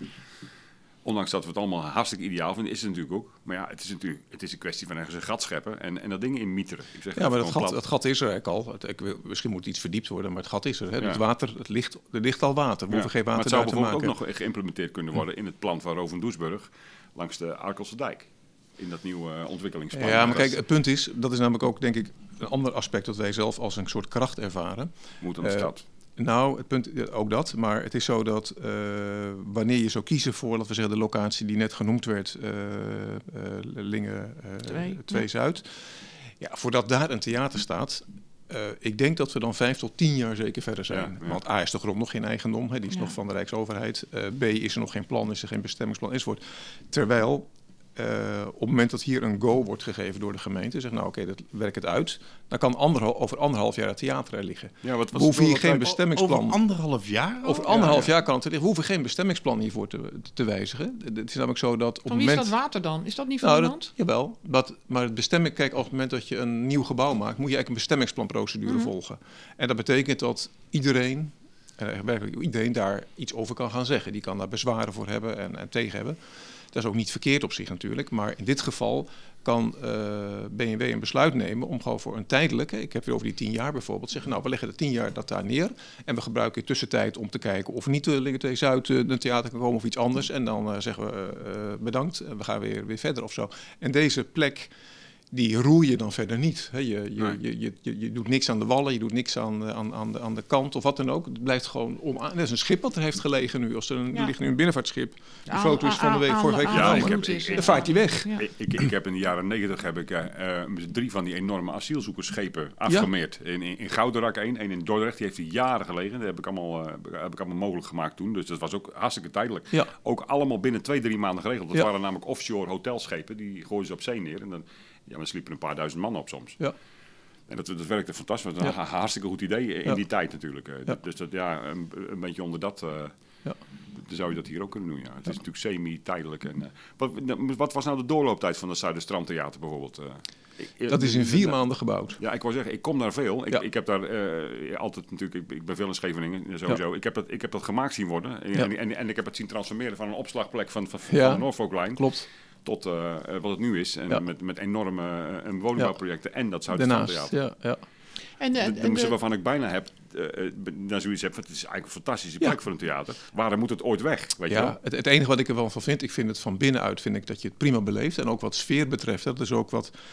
Ondanks dat we het allemaal hartstikke ideaal vinden, is het natuurlijk ook. Maar ja, het is natuurlijk het is een kwestie van ergens een gat scheppen en, en dat ding in mieteren. Ik zeg Ja, maar even dat gewoon gat, plat. dat gat is er eigenlijk al. Het, ik, wil- misschien moet iets verdiept worden, maar het gat is er. Hè. Ja. Het water, het ligt, er ligt al water. We Ja, hoeven geen maar water het zou daar te bijvoorbeeld maken. ook nog geïmplementeerd kunnen worden in het plan van Roven Doesburg langs de Arkelse dijk. In dat nieuwe uh, ontwikkelingsplan. Ja, maar Dat kijk, het punt is, dat is namelijk ook denk ik een ander aspect dat wij zelf als een soort kracht ervaren. moet aan de eh, stad. Nou, het punt, ja, ook dat. Maar het is zo dat uh, wanneer je zou kiezen voor, laten we zeggen, de locatie die net genoemd werd, uh, uh, Lingen uh, Twee, twee ja. Zuid. Ja, voordat daar een theater staat, uh, ik denk dat we dan vijf tot tien jaar zeker verder zijn. Ja, ja. Want A is de grond nog geen eigendom, hè, die is Ja. nog van de Rijksoverheid. Uh, B is er nog geen plan, is er geen bestemmingsplan, enzovoort. Terwijl Uh, op het moment dat hier een go wordt gegeven door de gemeente, zegt nou oké, okay, dat werk het uit, dan kan anderhal, over anderhalf jaar het theater er liggen. Ja, wat We was hoeven hier het geen voor- bestemmingsplan. Over anderhalf jaar? Over al? anderhalf ja. jaar kan het er liggen. We hoeven geen bestemmingsplan hiervoor te, te wijzigen. Het is namelijk zo dat op Van het wie is moment... dat water dan? Is dat niet van Nou, iemand? dat, jawel. Dat, maar het bestemming, kijk, op het moment dat je een nieuw gebouw maakt, moet je eigenlijk een bestemmingsplanprocedure Mhm. volgen. En dat betekent dat iedereen, uh, werkelijk iedereen daar iets over kan gaan zeggen. Die kan daar bezwaren voor hebben en, en tegen hebben. Dat is ook niet verkeerd op zich natuurlijk. Maar in dit geval kan uh, B N W een besluit nemen om gewoon voor een tijdelijke, ik heb het over die tien jaar bijvoorbeeld, zeggen nou we leggen de tien jaar dat daar neer. En we gebruiken in tussentijd om te kijken of niet de Lingen twee Zuid uh, een theater kan komen of iets anders. En dan uh, zeggen we uh, bedankt, we gaan weer, weer verder of zo. En deze plek, die roei je dan verder niet. He, je, je, Nee. je, je, je, je doet niks aan de wallen, je doet niks aan, uh, aan, aan, de, aan de kant of wat dan ook. Het blijft gewoon om. Dat is een schip wat er heeft gelegen nu. Als er, een, Ja. er ligt nu een binnenvaartschip. De Aan- foto is van de week, aan- vorige week aan- Ja, genomen. ik heb- aan- ik- Dan vaart hij weg. Ja. Ik, ik, ik heb in de jaren negentig heb ik, uh, uh, drie van die enorme asielzoekersschepen afgemeerd. In, in, in Gouderak één, één in Dordrecht. Die heeft hier jaren gelegen. Dat heb ik, allemaal, uh, heb ik allemaal mogelijk gemaakt toen. Dus dat was ook hartstikke tijdelijk. Ja. Ook allemaal binnen twee, drie maanden geregeld. Dat Ja. waren namelijk offshore hotelschepen. Die gooien ze op zee neer. En dan ja, maar er sliepen een paar duizend man op soms. Ja. En dat, dat werkte fantastisch. Dat was een Ja. ha- hartstikke goed idee in Ja. die tijd natuurlijk. Uh, Ja. Dus dat, ja, een, een beetje onder dat... Uh, Ja. Dan zou je dat hier ook kunnen doen, ja. Het is natuurlijk semi-tijdelijk. En, uh, wat, wat was nou de doorlooptijd van het Zuiderstrandtheater bijvoorbeeld? Uh, ik- Dat is in vier uh, maanden gebouwd. Ja, ik wou zeggen, ik kom daar veel. Ik, Ja. ik heb daar uh, altijd natuurlijk, ik, ik ben veel in Scheveningen, sowieso. Ja. Ik, heb dat, ik heb dat gemaakt zien worden. En, Ja. en, en, en ik heb het zien transformeren van een opslagplek van, van, Ja. van de Norfolk-lijn Klopt. tot uh, wat het nu is. En Ja. met, met enorme uh, woningbouwprojecten en dat Daarnaast, Zuiderstrandtheater. ja, ja. En, de, De, en de, de- waarvan ik bijna heb, uh, naar zoiets heb, het is eigenlijk een fantastische plek Ja. voor een theater. Waarom moet het ooit weg, weet je wel? Ja, het, het enige wat ik er wel van vind, ik vind het van binnenuit vind ik dat je het prima beleeft. En ook wat sfeer betreft, dat is ook wat...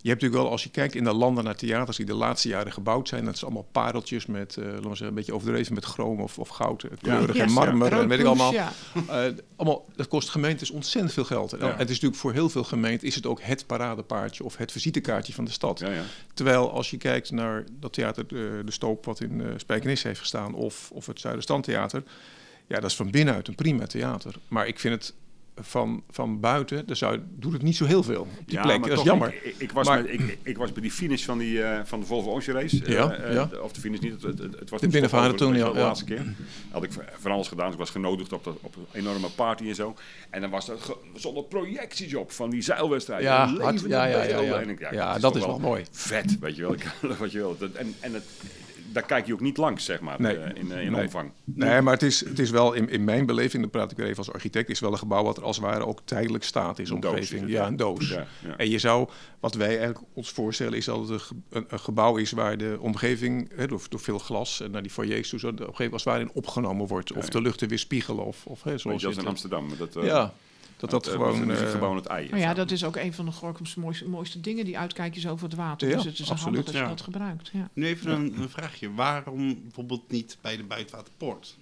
Je hebt natuurlijk wel, als je kijkt in de landen naar theaters die de laatste jaren gebouwd zijn, dat is allemaal pareltjes met, uh, laten we zeggen, een beetje overdreven met chroom of, of goud, kleurig Ja. en marmer Ja. en weet ik allemaal. Ja. Uh, allemaal. Dat kost gemeentes ontzettend veel geld. En Ja. het is natuurlijk voor heel veel gemeenten is het ook het paradepaardje of het visitekaartje van de stad. Ja, ja. Terwijl als je kijkt naar dat theater De, de Stoop wat in uh, Spijkenisse heeft gestaan of, of het Zuiderstandtheater, ja, dat is van binnenuit een prima theater. Maar ik vind het van, van buiten, daar zou, doet het niet zo heel veel op die Ja, plek. maar Dat is toch, jammer. Ik, ik, ik, was Maar- met, ik, ik was bij die finish van, die, uh, van de Volvo Ocean Race. Uh, Ja, uh, ja. Of de finish niet, het, het, het was De niet binnenvaren stopover, toen, weet je ja, wel, de ja. laatste keer. Had ik van alles gedaan, dus ik was genodigd op, dat, op een enorme party en zo. En dan was er ge- zonder projecties op van die zeilwedstrijden. Ja, levende hard, ja, ja, ja, beelden. ja. En ik, Ja, is dat toch is wel mooi. Vet, weet je wel. Wat je wil. Dat- En, en het, daar kijk je ook niet langs, zeg maar, Nee. uh, in, uh, in Nee. omvang. Nee, maar het is, het is wel, in, in mijn beleving, dan praat ik weer even als architect, is wel een gebouw wat er als het ware ook tijdelijk staat in zo'n Een doos omgeving. is het, Ja, ja. een doos. Ja, ja. En je zou, wat wij eigenlijk ons voorstellen, is dat het een, ge- een, een gebouw is waar de omgeving, hè, door, door veel glas en naar die foyers toe, zo de omgeving als het ware in opgenomen wordt. Of Ja. de lucht er weer spiegelen. Of, of, hè, Weet zoals je, als je in het- Amsterdam. maar Dat, uh, ja, dat dat uh, gewoon... was- eh, gewoon het ei. Maar ja, dat is ook een van de Gorkum's mooiste, mooiste dingen, die uitkijkjes over het water. Ja, dus het is absoluut. handig als je Ja. dat gebruikt. Ja. Nu even een, een vraagje. Waarom bijvoorbeeld niet bij de Buitenwaterpoort?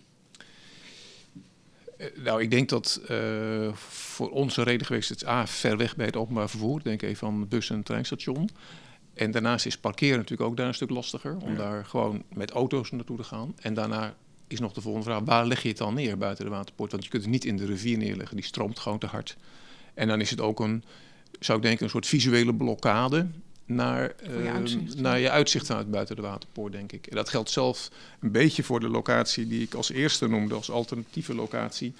Eh, Nou, ik denk dat eh, voor ons een reden geweest is A, ver weg bij het openbaar vervoer. Denk even aan bus- en treinstation. En daarnaast is parkeren natuurlijk ook daar een stuk lastiger. Om Ja. daar gewoon met auto's naartoe te gaan. En daarna is nog de volgende vraag, waar leg je het dan neer buiten de waterpoort? Want je kunt het niet in de rivier neerleggen, die stroomt gewoon te hard. En dan is het ook een, zou ik denken, een soort visuele blokkade naar, Voor je eh, uitzicht, ja. naar je uitzicht uit buiten de waterpoort, denk ik. En dat geldt zelf een beetje voor de locatie die ik als eerste noemde, als alternatieve locatie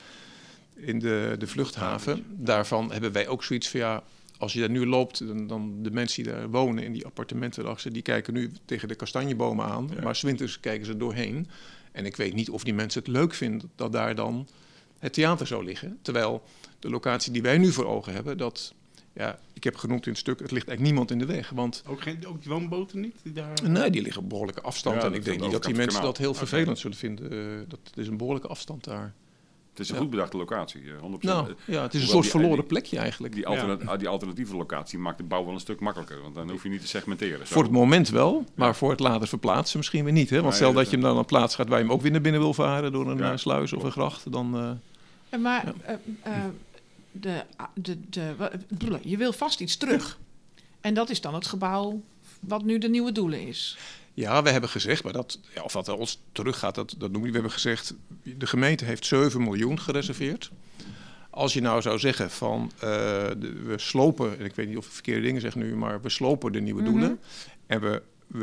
in de, de vluchthaven. Daarvan hebben wij ook zoiets van, ja, als je daar nu loopt, dan, dan de mensen die daar wonen in die appartementen daarachter, die kijken nu tegen de kastanjebomen aan, Ja. maar 's winters kijken ze doorheen. En ik weet niet of die mensen het leuk vinden dat daar dan het theater zou liggen. Terwijl de locatie die wij nu voor ogen hebben, dat, ja, ik heb genoemd in het stuk, het ligt eigenlijk niemand in de weg. Want Ook, geen, ook die woonboten niet? Die daar... nee, die liggen op behoorlijke afstand. Ja, en dat ik denk is niet dat die overkant mensen het dat heel kanaal. vervelend zullen vinden. Eh, dat is een behoorlijke afstand daar. Het is een Ja. goed bedachte locatie, eh, honderd procent. Nou, ja, het is een Hoewel soort die- verloren die- plekje eigenlijk. Die, alterna- die alternatieve locatie maakt de bouw wel een stuk makkelijker. Want dan hoef je niet te segmenteren. Zo. Voor het moment wel, maar voor het later verplaatsen misschien weer niet. Hè? Want Nee, stel dat- dat je hem dan naar een plaats gaat waar je hem ook weer naar binnen wil varen door een Ja, eh, sluis of klopt. een gracht, dan... eh, Ja, maar Ja. eh, eh, de, de, de, wa- bedoel, je wil vast iets terug. En dat is dan het gebouw wat nu de nieuwe doelen is. Ja, we hebben gezegd, maar dat, ja, of dat er ons teruggaat, dat, dat noem ik. We hebben gezegd, de gemeente heeft zeven miljoen gereserveerd. Als je nou zou zeggen van, eh, de- we slopen, en ik weet niet of ik verkeerde dingen zeg nu, maar we slopen de nieuwe Mhm. doelen. En we,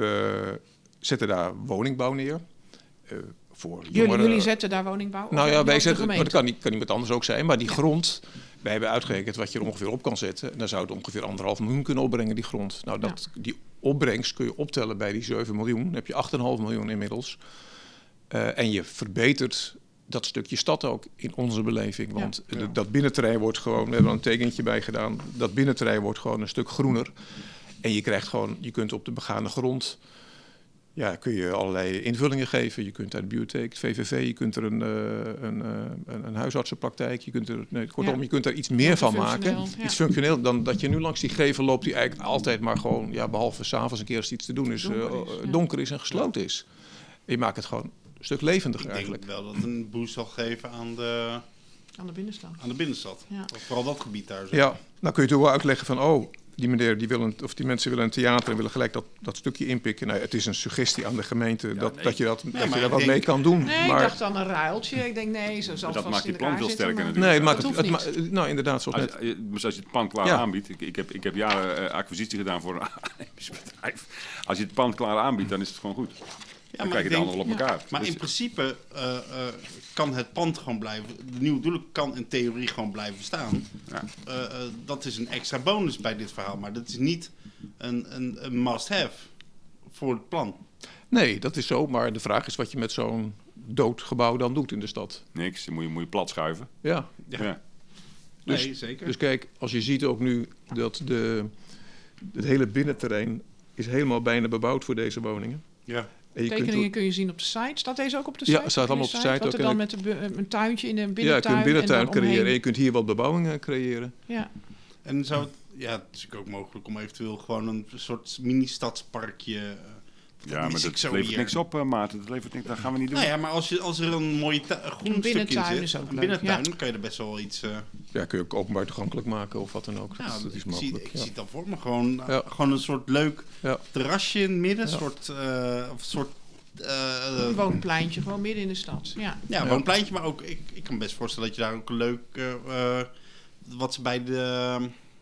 we zetten daar woningbouw neer. eh, voor Jullie, jongeren. jullie zetten daar woningbouw? Nou Of ja, ook wij de zetten, maar dat gemeente? kan, niet, kan iemand anders ook zijn, maar die Ja. grond, wij hebben uitgerekend wat je er ongeveer op kan zetten. En dan zou het ongeveer anderhalf miljoen kunnen opbrengen, die grond. Nou, dat, die opbrengst kun je optellen bij die zeven miljoen. Dan heb je acht komma vijf miljoen inmiddels. Eh, en je verbetert dat stukje stad ook in onze beleving. Want Ja. de- dat binnenterrein wordt gewoon, we hebben er een tekenetje bij gedaan, dat binnenterrein wordt gewoon een stuk groener. En je krijgt gewoon, je kunt op de begane grond, ja, kun je allerlei invullingen geven. Je kunt daar de bibliotheek, het V V V, je kunt er een, eh, een, eh, een, een huisartsenpraktijk, je kunt er, nee, kortom, Ja. je kunt daar iets meer van maken. Functioneel, ja. Iets functioneel dan dat je nu langs die gevel loopt die eigenlijk altijd maar gewoon, ja, behalve s'avonds een keer als iets te doen is, Donker eh, is, eh, ja. donker is en gesloten is. Je maakt het gewoon een stuk levendiger Ik denk eigenlijk. wel dat het een boost zal geven aan de, Aan de binnenstad. aan de binnenstad. Ja. Vooral dat gebied daar. Zo. Ja, dan kun je toch wel uitleggen van, oh, die meneer die wil een, of die mensen willen een theater en willen gelijk dat, dat stukje inpikken. Nou, het is een suggestie aan de gemeente dat, nee. dat je, dat, dat, maar je daar ik wat denk- mee kan doen. Nee, maar ik dacht dan een ruiltje. Ik denk, nee, zo zal het dat vast maakt in die plan elkaar veel zitten, sterker maar- nee, het maakt Dat het, hoeft het niet. ma- nou inderdaad, zoals Als, net. je- dus als je het pand klaar Ja. aanbiedt, ik, ik, heb, ik heb jaren eh, acquisitie gedaan voor een aannemingsbedrijf. Als je het pand klaar aanbiedt, dan is het gewoon goed. Ja, Dan maar kijk je ik het denk- allemaal op elkaar. Maar Dus- in principe eh, eh, kan het pand gewoon blijven. De nieuwe doelen kan in theorie gewoon blijven staan. Ja. Eh, eh, dat is een extra bonus bij dit verhaal. Maar dat is niet een, een, een must-have voor het plan. Nee, dat is zo, maar de vraag is wat je met zo'n dood gebouw dan doet in de stad. Niks, dan moet je, moet je plat schuiven. Ja, Ja. Ja. Dus- nee, zeker. dus kijk, als je ziet ook nu dat de, het hele binnenterrein is helemaal bijna bebouwd voor deze woningen. ja. En je kunt Tekeningen ook- kun je zien op de site. Staat deze ook op de Ja, site? staat allemaal op de site Wat ook. er En dan ik- met de bu- een tuintje in een ja, je binnentuin. kunt binnentuin en dan omheen- creëren en je kunt hier wat bebouwing eh, creëren. Ja. En zou het ja, het is natuurlijk ook mogelijk om eventueel gewoon een soort mini-stadsparkje... Uh, ja, maar dat levert hier. niks op, uh, Maarten. Dat levert niks, dat gaan we niet doen. Nou ja, maar als, je, als er een mooie tu- groen een stukje in zit... is ook een leuk. binnentuin, Ja. kan je er best wel iets... Uh... Ja, kun je ook openbaar toegankelijk maken of wat dan ook. Nou, dat, dat is ik mogelijk. zie, ik ja. zie het dan voor me. Gewoon, Ja. gewoon een soort leuk Ja. terrasje in het midden. Een Ja. soort... Uh, of soort uh, Een woonpleintje, gewoon midden in de stad. Ja, ja, Ja. woonpleintje, maar ook... Ik, ik kan me best voorstellen dat je daar ook een leuk... Uh, uh, wat ze bij de...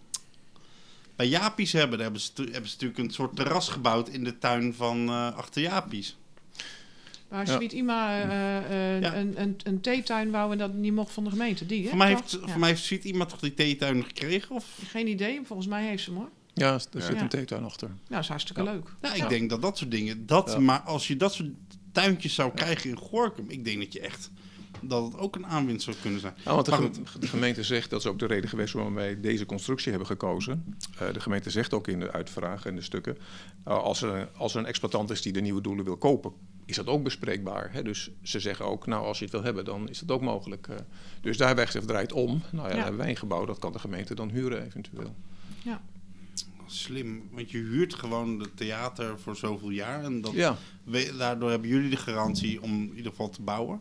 Bij Jaapie's hebben, daar hebben ze, hebben ze natuurlijk een soort terras gebouwd in de tuin van uh, achter Jaapie's. Waar Ja. Sweet Ima uh, uh, Ja. een, een, een theetuin wou en dat niet mocht van de gemeente. Die, hè? Voor mij Toch? heeft, Ja. voor mij heeft Sweet iemand toch die theetuin gekregen? Of? Geen idee, volgens mij heeft ze hem hoor. Ja, er Ja. zit Ja. een theetuin achter. Nou, dat is hartstikke Ja. leuk. Nou, ik Ja. denk dat dat soort dingen... Dat, Ja. Maar als je dat soort tuintjes zou krijgen in Gorinchem... Ik denk dat je echt... Dat het ook een aanwinst zou kunnen zijn. Nou, want de, Maar ge- de gemeente zegt, dat is ook de reden geweest waarom wij deze constructie hebben gekozen. Uh, de gemeente zegt ook in de uitvragen en de stukken, uh, als, er, als er een exploitant is die de nieuwe doelen wil kopen, is dat ook bespreekbaar. Hè? Dus ze zeggen ook, nou als je het wil hebben, dan is dat ook mogelijk. Uh, dus daar hebben wij gezegd, draait om. Nou ja, Ja. dan hebben wij een gebouw, dat kan de gemeente dan huren eventueel. Ja. Slim, want je huurt gewoon het theater voor zoveel jaar. En dat, Ja, we, daardoor hebben jullie de garantie om in ieder geval te bouwen.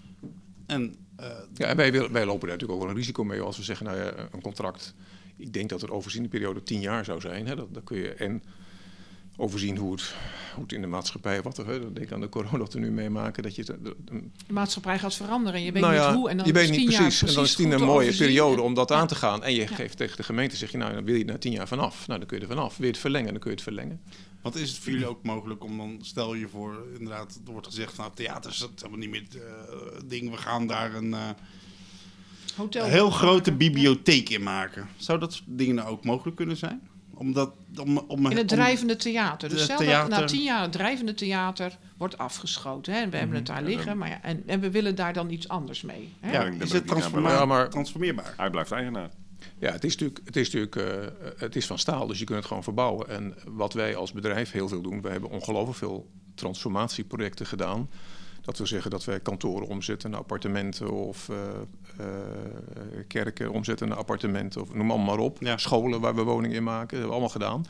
En uh, ja en wij, wil- wij lopen daar natuurlijk ook wel een risico mee als we zeggen, nou ja, een contract. Ik denk dat het overziende periode tien jaar zou zijn. Hè? Dat, dat kun je en overzien hoe het, hoe het in de maatschappij, wat er, hè, denk aan de corona dat we nu meemaken, dat je het, de- de- De maatschappij gaat veranderen en je weet nou niet ja, hoe. En dan je weet is niet tien precies. jaar En dan is tien goed een te mooie overzien. periode om dat Ja. aan te gaan. En je Ja. geeft tegen de gemeente, zeg je, nou, dan wil je na tien jaar vanaf. Nou, dan kun je er vanaf. Wil je het verlengen, dan kun je het verlengen. wat is het voor jullie ook mogelijk om dan... Stel je voor, inderdaad, er wordt gezegd... Nou, theater is dat helemaal niet meer het uh, ding. We gaan daar een uh, Hotel. heel grote bibliotheek in maken. Zou dat soort dingen nou ook mogelijk kunnen zijn? Omdat, om, om, In het om- drijvende theater. Dus Het stel dat theater- na tien jaar het drijvende theater wordt afgeschoten. Hè, en we hebben het daar liggen. Maar ja, en, en we willen daar dan iets anders mee. Hè? Ja, ik denk is dat het ik niet transforma- aan ben. Ja, maar- transformeerbaar? Hij blijft eigenaar. Ja, het is natuurlijk, het is, natuurlijk uh, het is van staal, dus je kunt het gewoon verbouwen. En wat wij als bedrijf heel veel doen, we hebben ongelooflijk veel transformatieprojecten gedaan. Dat wil zeggen dat wij kantoren omzetten naar appartementen of uh, uh, kerken omzetten naar appartementen of noem allemaal maar op. Ja. Scholen waar we woningen in maken, dat hebben we allemaal gedaan.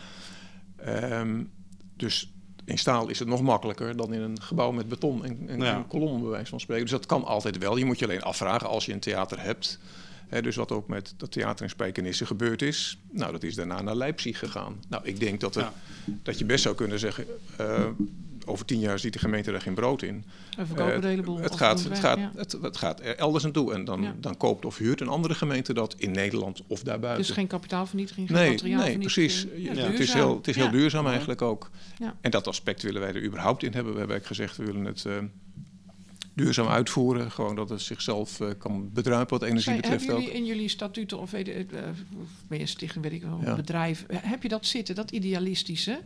Um, dus in staal is het nog makkelijker dan in een gebouw met beton en, en, Ja. en kolommen, bij wijze van spreken. Dus dat kan altijd wel. Je moet je alleen afvragen als je een theater hebt. Hè, dus wat ook met dat theater in Spijkenisse gebeurd is. Nou, dat is daarna naar Leipzig gegaan. Nou, ik denk dat, er, Ja. dat je best zou kunnen zeggen... Uh, over tien jaar ziet de gemeente daar geen brood in. We verkopen Uh, de hele boel. het, of gaat, doen het, weg, gaat, ja. het, het gaat er elders naartoe. En dan, Ja. dan koopt of huurt een andere gemeente dat in Nederland of daarbuiten. Dus geen kapitaalvernietiging, geen Nee, nee, materiaalvernietiging. precies. Ja, Ja, duurzaam. het is heel, het is heel Ja. duurzaam eigenlijk ook. Ja. En dat aspect willen wij er überhaupt in hebben. We hebben eigenlijk gezegd, we willen het uh, duurzaam uitvoeren. Gewoon dat het zichzelf uh, kan bedruipen wat energie Zijn, betreft hebben ook. jullie in jullie statuten of weet ik, uh, of ben je stichting, weet ik wel, Ja. bedrijf, heb je dat zitten, dat idealistische?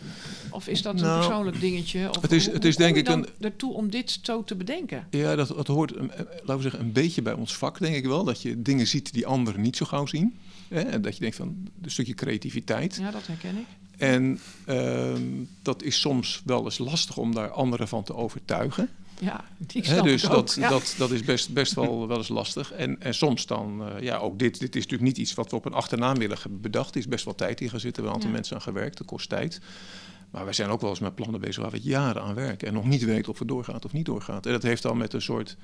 Of is dat een Nou, persoonlijk dingetje? Of het is- hoe- het is hoe kom denk je ik dan ertoe om dit zo te bedenken? Ja, dat, dat hoort, een, eh, laten we zeggen, een beetje bij ons vak, denk ik wel. Dat je dingen ziet die anderen niet zo gauw zien. Hè? En dat je denkt van een stukje creativiteit. Ja, dat herken ik. En uh, dat is soms wel eens lastig om daar anderen van te overtuigen. Ja, die Hè, snap dus ik dat, ook. Ja. dat, dat is best, best wel, wel eens lastig. En, en soms dan, uh, ja, ook dit, dit is natuurlijk niet iets wat we op een achternaam willen hebben bedacht. Er is best wel tijd in gaan zitten, we hebben een aantal Ja. mensen aan gewerkt, dat kost tijd. Maar wij zijn ook wel eens met plannen bezig waar we jaren aan werken en nog niet weten of het doorgaat of niet doorgaat. En dat heeft dan met een soort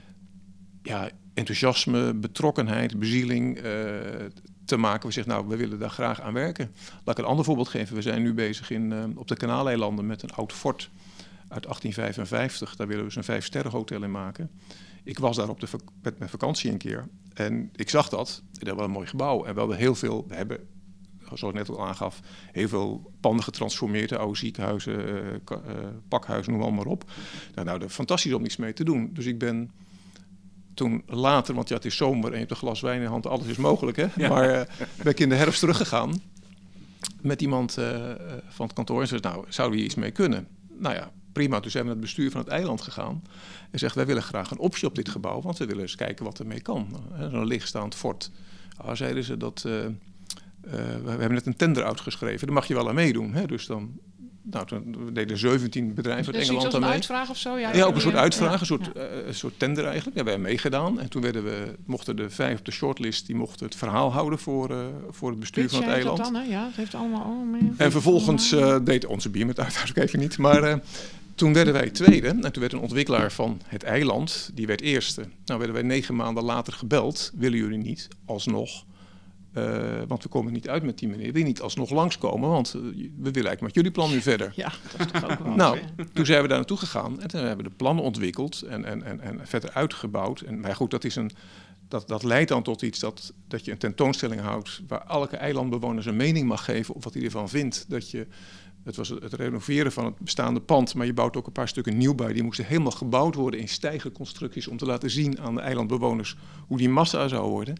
ja, enthousiasme, betrokkenheid, bezieling uh, te maken. We zeggen, nou, we willen daar graag aan werken. Laat ik een ander voorbeeld geven. We zijn nu bezig in, uh, op de Kanaaleilanden met een oud fort uit achttien vijfenvijftig. Daar willen we dus een vijfsterrenhotel in maken. Ik was daar op de vak- met mijn vakantie een keer en ik zag dat. Dat was een mooi gebouw en we hadden heel veel, we hebben, zoals ik net al aangaf, heel veel panden getransformeerd, oude ziekenhuizen, uh, ka- uh, pakhuizen, noem allemaal maar op. Nou, nou, er fantastisch om iets mee te doen. Dus ik ben toen later, want ja, het is zomer en je hebt een glas wijn in de hand, alles is mogelijk, hè? Ja. Maar uh, ben ik in de herfst teruggegaan met iemand uh, van het kantoor en zei, nou, zouden we hier iets mee kunnen? Nou ja, prima. Toen zijn we naar het bestuur van het eiland gegaan en zegt, wij willen graag een optie op dit gebouw, want we willen eens kijken wat ermee kan. Zo'n leegstaand fort. Nou, zeiden ze dat, uh, uh, we hebben net een tender uitgeschreven, daar mag je wel aan meedoen. Hè? Dus dan nou, toen we deden zeventien bedrijven uit Dus Engeland iets als aan een mee. uitvraag of zo? Ja, Ja, ook een soort ja, uitvraag, ja, een soort, ja. uh, een soort tender eigenlijk. Daar hebben wij meegedaan. En toen werden we, mochten de vijf op de shortlist, die mochten het verhaal houden voor, uh, voor het bestuur Pitch van het heet dat eiland. dan, hè? Ja, het heeft allemaal... Oh, man. En vervolgens uh, deed onze bier met uiteraard even niet. Maar uh, toen werden wij tweede. En toen werd een ontwikkelaar van het eiland, die werd eerste. Nou werden wij negen maanden later gebeld. Willen jullie niet alsnog... Uh, want we komen niet uit met die meneer. Wil je niet alsnog langskomen? Want uh, we willen eigenlijk met jullie plan nu verder. Ja, dat is toch ook wel... Nou, ja. toen zijn we daar naartoe gegaan. En toen hebben we de plannen ontwikkeld en, en, en, en verder uitgebouwd. En, maar goed, dat, is een, dat, dat leidt dan tot iets dat, dat je een tentoonstelling houdt... waar elke eilandbewoner zijn mening mag geven of wat hij ervan vindt. Dat je, het was het renoveren van het bestaande pand, maar je bouwt ook een paar stukken nieuw bij. Die moesten helemaal gebouwd worden in stijgerconstructies... om te laten zien aan de eilandbewoners hoe die massa zou worden...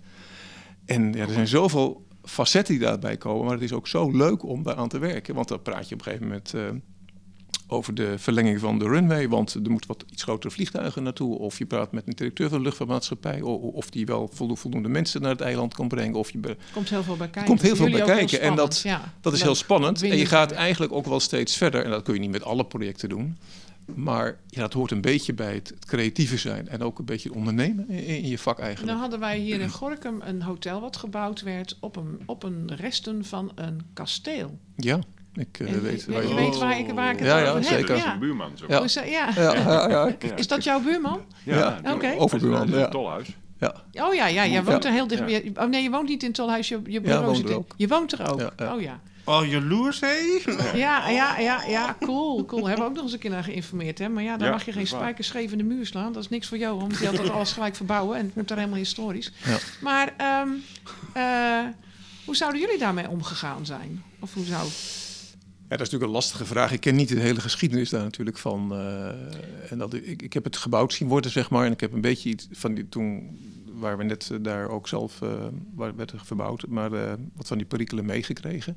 En ja, er zijn zoveel facetten die daarbij komen, maar het is ook zo leuk om daaraan te werken. Want dan praat je op een gegeven moment uh, over de verlenging van de runway, want er moeten wat iets grotere vliegtuigen naartoe. Of je praat met een directeur van de luchtvaartmaatschappij, of, of die wel voldoende mensen naar het eiland kan brengen. Of je be- komt heel veel bij kijken. komt heel Voor veel bij jullie ook kijken. heel En dat, ja, dat is leuk. heel spannend. En je Winnen. gaat eigenlijk ook wel steeds verder. En dat kun je niet met alle projecten doen. Maar ja, dat hoort een beetje bij het, het creatieve zijn. En ook een beetje ondernemen in, in je vak eigenlijk. Nou hadden wij hier in Gorinchem een hotel wat gebouwd werd op een, op een resten van een kasteel. Ja, ik uh, En weet je, waar je je weet waar ik, waar ik het Ja, ja, over heb. zeker. Dat is Ja. een buurman. Zo. Ja. Hoe is dat? Ja. Ja, ja, ja. Ik- Ja. Is dat jouw buurman? Ja. Oké. Overbuurman, Dat is ja. een tolhuis. Ja. Oh ja, ja, jij woont er heel dicht Ja. bij. Oh nee, je woont niet in Tolhuis, je, je bureau woon zit er in. ook. Je woont er ook? Ja, ja. Oh ja. Oh, jaloers, hé? Ja, ja, ja, ja, cool, cool. Hebben we ook nog eens een keer naar geïnformeerd, hè? Maar ja, daar Ja, mag je geen dat is waar. spijkers scheef in de muur slaan. Dat is niks voor jou, want die had dat alles gelijk verbouwen en het moet daar helemaal historisch. Ja. Maar ehm, eh, hoe zouden jullie daarmee omgegaan zijn? Of hoe zou... Ja, dat is natuurlijk een lastige vraag. Ik ken niet de hele geschiedenis daar natuurlijk van. Uh, en dat, ik, ik heb het gebouwd zien worden, zeg maar. En ik heb een beetje iets van die toen, waar we net uh, daar ook zelf, uh, waar werd er verbouwd, maar uh, wat van die perikelen meegekregen.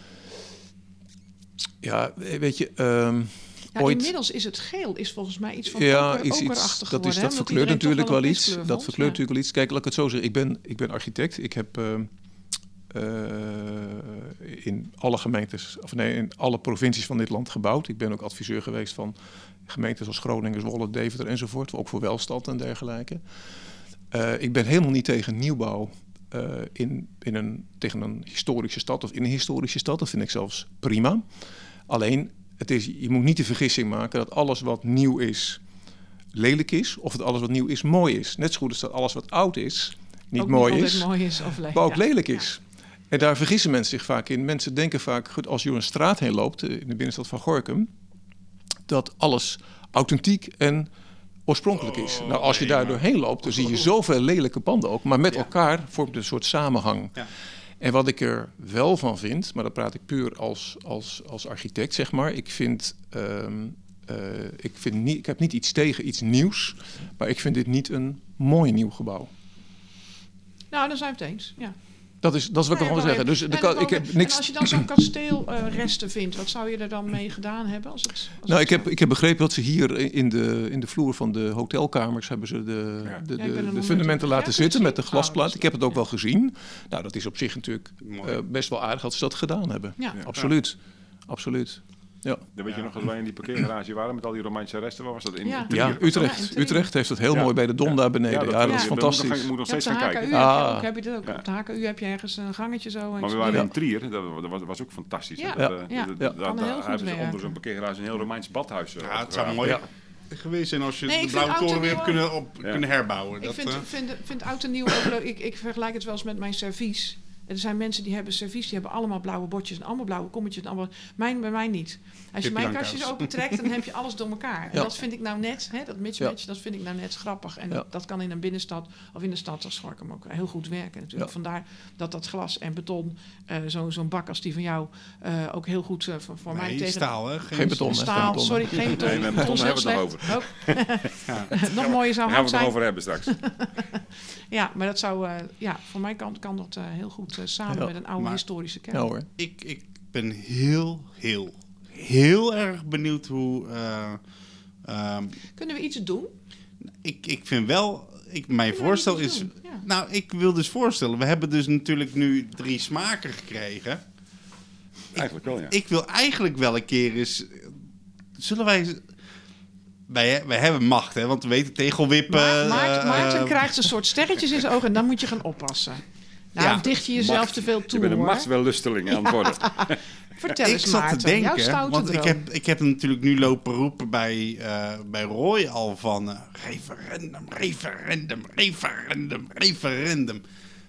Ja, weet je. Um, Ja, ooit, inmiddels is het geel, is volgens mij iets van ja, oker, iets, iets, okerachtig dat, geworden. is, hè, dat omdat verkleurt iedereen toch natuurlijk wel een iets. piskleur Dat vond. verkleurt Ja. natuurlijk wel iets. Kijk, laat ik het zo zeggen. Ik ben, ik ben architect. Ik heb uh, uh, in alle gemeentes, of nee, in alle provincies van dit land gebouwd. Ik ben ook adviseur geweest van gemeentes als Groningen, Zwolle, Deventer enzovoort. Ook voor welstand en dergelijke. Uh, ik ben helemaal niet tegen nieuwbouw uh, in, in een, tegen een historische stad of in een historische stad. Dat vind ik zelfs prima. Alleen, het is, je moet niet de vergissing maken dat alles wat nieuw is lelijk is, of dat alles wat nieuw is mooi is. Net zo goed als dat alles wat oud is niet Ook mooi niet is, altijd mooi is of le- maar ook ja. lelijk is. En daar vergissen mensen zich vaak in. Mensen denken vaak, goed, als je door een straat heen loopt in de binnenstad van Gorinchem, dat alles authentiek en oorspronkelijk is. Oh, nou, als je nee, daar maar- doorheen loopt, dan zie je zoveel lelijke panden ook, maar met Ja. elkaar vormt een soort samenhang. Ja. En wat ik er wel van vind, maar dat praat ik puur als, als, als architect, zeg maar. Ik vind, um, uh, ik vind niet, ik heb niet iets tegen iets nieuws, maar ik vind dit niet een mooi nieuw gebouw. Nou, dan zijn we het eens, ja. Dat is, dat is wat ik Nee, ervan wil zeggen. maar- Dus en de, dan ka- ik heb wel- niks. En als je dan zo'n kasteelresten uh, vindt, wat zou je er dan mee gedaan hebben? Als het, als Nou, het ik heb, zo- ik heb begrepen dat ze hier in de, in de vloer van de hotelkamers hebben ze de, Ja. de, Ja, ik ben er de, nog de nooit fundamenten op- laten Ja, zitten met de gezien. Oh, glasplaat. dat Ik heb het ook wel gezien. Nou, dat is op zich natuurlijk Mooi. uh, best wel aardig dat ze dat gedaan hebben. Ja. Ja. Absoluut. Absoluut. Ja. Dan weet je nog dat wij in die parkeergarage waren met al die Romeinse resten. Waar was dat? In, Ja. in Trier? Ja, Ja, in Utrecht. Trier. Utrecht heeft het heel Ja. mooi bij de Dom Ja. daar beneden. Ja, dat, dat, is dat- fantastisch. Dat, moet nog Ja, op steeds de gaan H K U kijken. heb je Ah. ook, heb je dat ook. Ja. Op de H K U heb je ergens een gangetje zo. En Maar we zo- waren ja. in Trier, dat, dat was, dat was ook fantastisch. Ja. Dat, eh, Ja. dat- Ja. dat- Kan daar heel goed hebben ze werken. onder zo'n parkeergarage een heel Romeins badhuis. eh, Ja, het zou opgegraven. mooi Ja. geweest zijn als je Nee, ik de vind Blauwe oud en Toren weer hebt nieuw kunnen, op, Ja. kunnen herbouwen. Ik Dat, vind, eh, vind, vind oud en nieuw ook leuk. Ik, ik vergelijk het wel eens met mijn servies. Er zijn mensen die hebben servies, die hebben allemaal blauwe bordjes en allemaal blauwe kommetjes. En allemaal, mijn, bij mij niet. Als je Pippi mijn kastjes Langkous. opentrekt, dan heb je alles door elkaar. En Ja. dat vind ik nou net, hè, dat mismatch, dat vind ik nou net grappig. En Ja. dat, dat kan in een binnenstad of in de stad als Gorinchem ook heel goed werken natuurlijk. Ja. Vandaar dat dat glas en beton, uh, zo, zo'n bak als die van jou, uh, ook heel goed uh, voor, voor mij nee, tegen... staal, hè? Geen beton, hè? Staal, Geen beton, sorry, geen beton. Nee, met Beton beton is hebben heel we het nog slecht. Oh. Nog mooier zou Daar gaan hout we het nog zijn. over hebben straks. Ja, maar dat zou, uh, ja, voor mij kan, kan dat uh, heel goed uh, samen Ja, met een oude maar- historische kern. Ja hoor. Ik, ik ben heel, heel, heel erg benieuwd hoe... eh, ehm, Kunnen we iets doen? ik, ik vind wel... Ik, mijn Kunnen we voorstel iets is... doen? Ja. Nou, ik wil dus voorstellen... We hebben dus natuurlijk nu drie smaken gekregen. Eigenlijk wel, ja. Ik wil eigenlijk wel een keer eens... Zullen wij... Wij, wij hebben macht, hè? Want we weten tegelwippen... Maar, Maarten, uh, Maarten uh, krijgt een soort sterretjes in zijn ogen en dan moet je gaan oppassen. Nou, Ja, dicht je jezelf Macht. te veel toe, Je bent een hoor. machtswellusteling aan het worden. Vertel ik eens, zat Maarten, te denken, jouw stoute want ik droom. heb, ik heb natuurlijk nu lopen roepen bij, uh, bij Roy al van... Uh, referendum, referendum, referendum, referendum.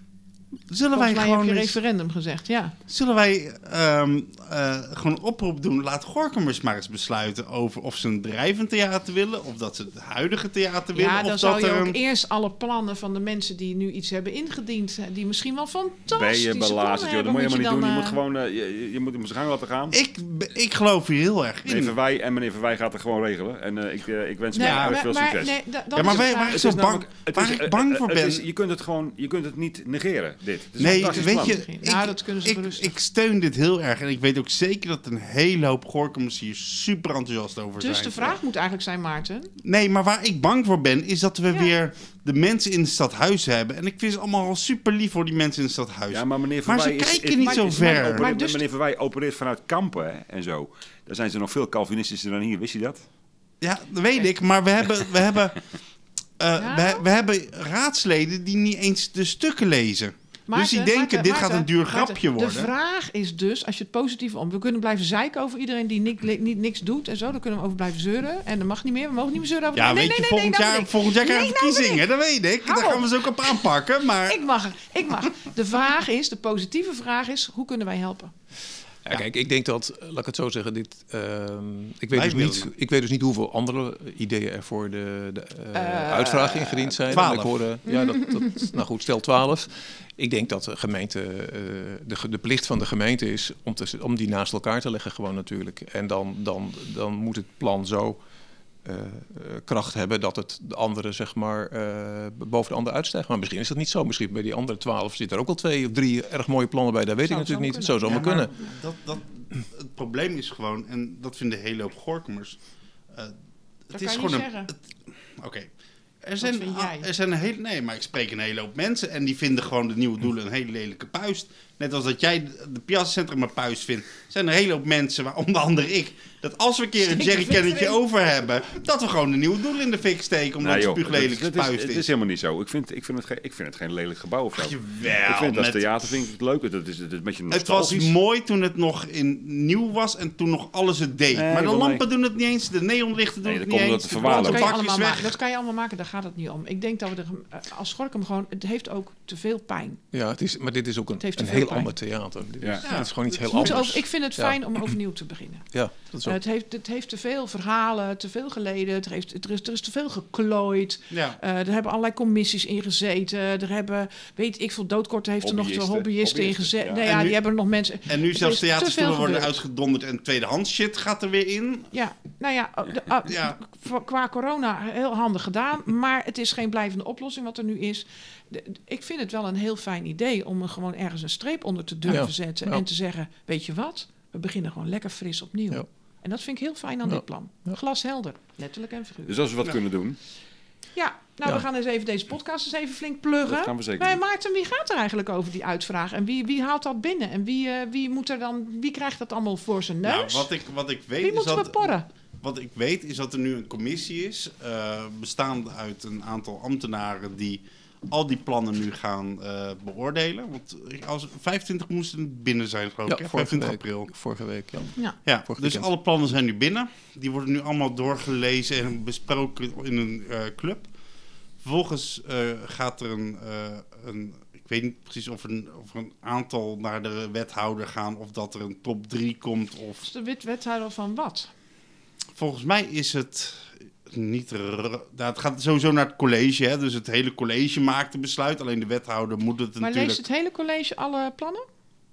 Zullen Volgens wij mij heb gewoon je eens- referendum gezegd, ja. Zullen wij um, uh, gewoon een oproep doen? Laat Gorinchem maar eens besluiten over of ze een drijvend theater willen... of dat ze het huidige theater willen. Ja, of dan dat zou je er ook een... eerst alle plannen van de mensen die nu iets hebben ingediend... die misschien wel Ben fantastisch je belazerd, joh. Dat moet je helemaal niet doen. Je moet gewoon uh, je, je moet hem zijn gang laten gaan. Ik, ik geloof hier heel erg in. Meneer Verwij en meneer Verwij gaat het gewoon regelen. En uh, ik, uh, ik wens Nee, mij maar, veel maar, succes. nee, da- dat Ja, maar is waar, het waar vraag. ik zo is bang, namelijk- het waar is, ik bang uh, voor het ben... is- je kunt het gewoon, je kunt het niet negeren, dit. Het is een Nee, fantastisch weet plan. je, Ja, ik, dat kunnen ze ik, berustigen. ik steun dit heel erg. En ik weet ook zeker dat een hele hoop Gorincemmers hier super enthousiast over zijn. Dus de vraag moet eigenlijk zijn, Maarten... Nee, maar waar ik bang voor ben, is dat we Ja. weer de mensen in het stadhuis hebben. En ik vind het allemaal al super lief voor die mensen in het stadhuis. Ja, maar meneer Maar Verwij ze is- kijken is- niet is- zo is- ver. maar opereert- Maar dus- Meneer Verwij opereert vanuit Kampen hè, en zo. Daar zijn ze nog veel Calvinistischer dan hier, wist je dat? Ja, dat weet ik. Maar we hebben, we hebben, uh, Ja? we, we hebben raadsleden die niet eens de stukken lezen. Maarten, dus die denken, Maarten, dit Maarten, gaat een duur Maarten, grapje worden. De vraag is dus, als je het positief om... We kunnen blijven zeiken over iedereen die niet, niet niks doet en zo. Daar kunnen we over blijven zeuren. En dat mag niet meer. We mogen niet meer zeuren over... Ja, nee, weet nee, je, nee, volgend, nee, jaar, nou ben ik. volgend jaar krijgen we Nee, nou ben verkiezingen. Dat weet ik. Hou Daar gaan op. we ze ook op aanpakken. Maar Ik mag, ik mag. De vraag is, de positieve vraag is, hoe kunnen wij helpen? Ja, kijk, ik denk dat, laat ik het zo zeggen, dit, uh, ik, weet Wij dus niet, willen. ik weet dus niet hoeveel andere ideeën er voor de, de uh, Uh, uitvraag ingediend zijn. twaalf. Ik hoorde, ja, dat, dat, nou goed, stel twaalf. Ik denk dat de gemeente, uh, de, de plicht van de gemeente is om, te, om die naast elkaar te leggen gewoon natuurlijk. En dan, dan, dan moet het plan zo uh, uh, kracht hebben dat het de andere zeg maar uh, boven de andere uitstijgt. Maar misschien is dat niet zo. Misschien bij die andere twaalf zitten er ook al twee of drie erg mooie plannen bij. Dat weet Zou ik natuurlijk niet. zo Het zou zomaar Ja, maar kunnen. Dat, dat, het probleem is gewoon, en dat vinden een hele hoop Gorincemmers. Uh, het Dat is kan je gewoon niet een. zeggen. Oké. Okay. Er zijn, vind jij? er zijn een hele, nee, maar ik spreek een hele hoop mensen en die vinden gewoon de nieuwe doelen een hele lelijke puist. Net als dat jij de Piazza Centrum een puist vindt, zijn er een hele hoop mensen, waar onder andere ik, dat als we een keer een Steek jerrycannetje erin. over hebben, dat we gewoon de nieuwe doelen in de fik steken, omdat Nou, het joh, spuuglelijk dat is- dat is- puist Het is. is helemaal niet zo. Ik vind, ik vind, het, geen, ik vind het geen lelijk gebouw of zo. Jawel, ik vind als met- theater vind ik het leuk. Dat is, dat is een beetje Het was nostalgisch. mooi toen het nog in nieuw was en toen nog alles het deed. Nee, maar de wel lampen nee. doen het niet eens, de neonlichten doen Nee, het dat niet komt eens. omdat het de Dat verwaarloosd kan, je bak is allemaal maken, weg. dat kan je allemaal maken, daar gaat het niet om. Ik denk dat we er, uh, als Gorinchem gewoon... Het heeft ook te veel pijn. Ja, het is, maar dit is ook een, Het heeft te een veel heel pijn. ander theater. Dit is, Ja. dit is gewoon iets heel Het moet anders. over- ik vind het Ja. fijn om overnieuw te beginnen. Ja, dat is Uh, ook. het, heeft, het heeft te veel verhalen, te veel geleden. Het heeft, er, is, er is te veel geklooid. Ja. Uh, er hebben allerlei commissies in gezeten. Er hebben, weet ik veel, Doodkort heeft er nog de Hobbyisten. hobbyisten in Hobbyisten, gezet. ja. Nee, En ja, nu- die hebben er nog mensen... En nu Er zelfs is te theaterstoelen veel worden gebeurd. uitgedonderd en tweedehands shit gaat er weer in. Ja, nou ja, uh, de- uh, Ja. qua- qua corona heel handig gedaan. Maar het is geen blijvende oplossing wat er nu is. De- de- ik vind het wel een heel fijn idee om er gewoon ergens een streep onder te durven Ja. zetten. Ja. En te zeggen, weet je wat? We beginnen gewoon lekker fris opnieuw. Ja. En dat vind ik heel fijn aan Ja. dit plan. Ja. Glashelder, letterlijk en figuurlijk. Dus als we wat Ja. kunnen doen. Ja, nou Ja. we gaan eens even deze podcast eens even flink pluggen. Dat gaan we zeker Maar doen. Maarten, wie gaat er eigenlijk over die uitvraag? En wie, wie haalt dat binnen? En wie, eh, wie, moet er dan, wie krijgt dat allemaal voor zijn neus? Nou, wat ik, wat ik weet wie is moeten we dat, porren? wat ik weet is dat er nu een commissie is, uh, bestaande uit een aantal ambtenaren die al die plannen nu gaan uh, beoordelen. Want als vijfentwintig moesten binnen zijn, geloof ik. Ja, hè? vorige vijfentwintig week, april. vorige week, ja. Ja. Ja, Vorig dus weekend. alle plannen zijn nu binnen. Die worden nu allemaal doorgelezen en besproken in een uh, club. Vervolgens uh, gaat er een, uh, een... Ik weet niet precies of een, of een aantal naar de wethouder gaan, of dat er een top drie komt. Of... Is de wit wethouder van wat? Volgens mij is het niet... r- Nou, het gaat sowieso naar het college, hè? Dus het hele college maakt het besluit. Alleen de wethouder moet het Maar natuurlijk... leest het hele college alle plannen?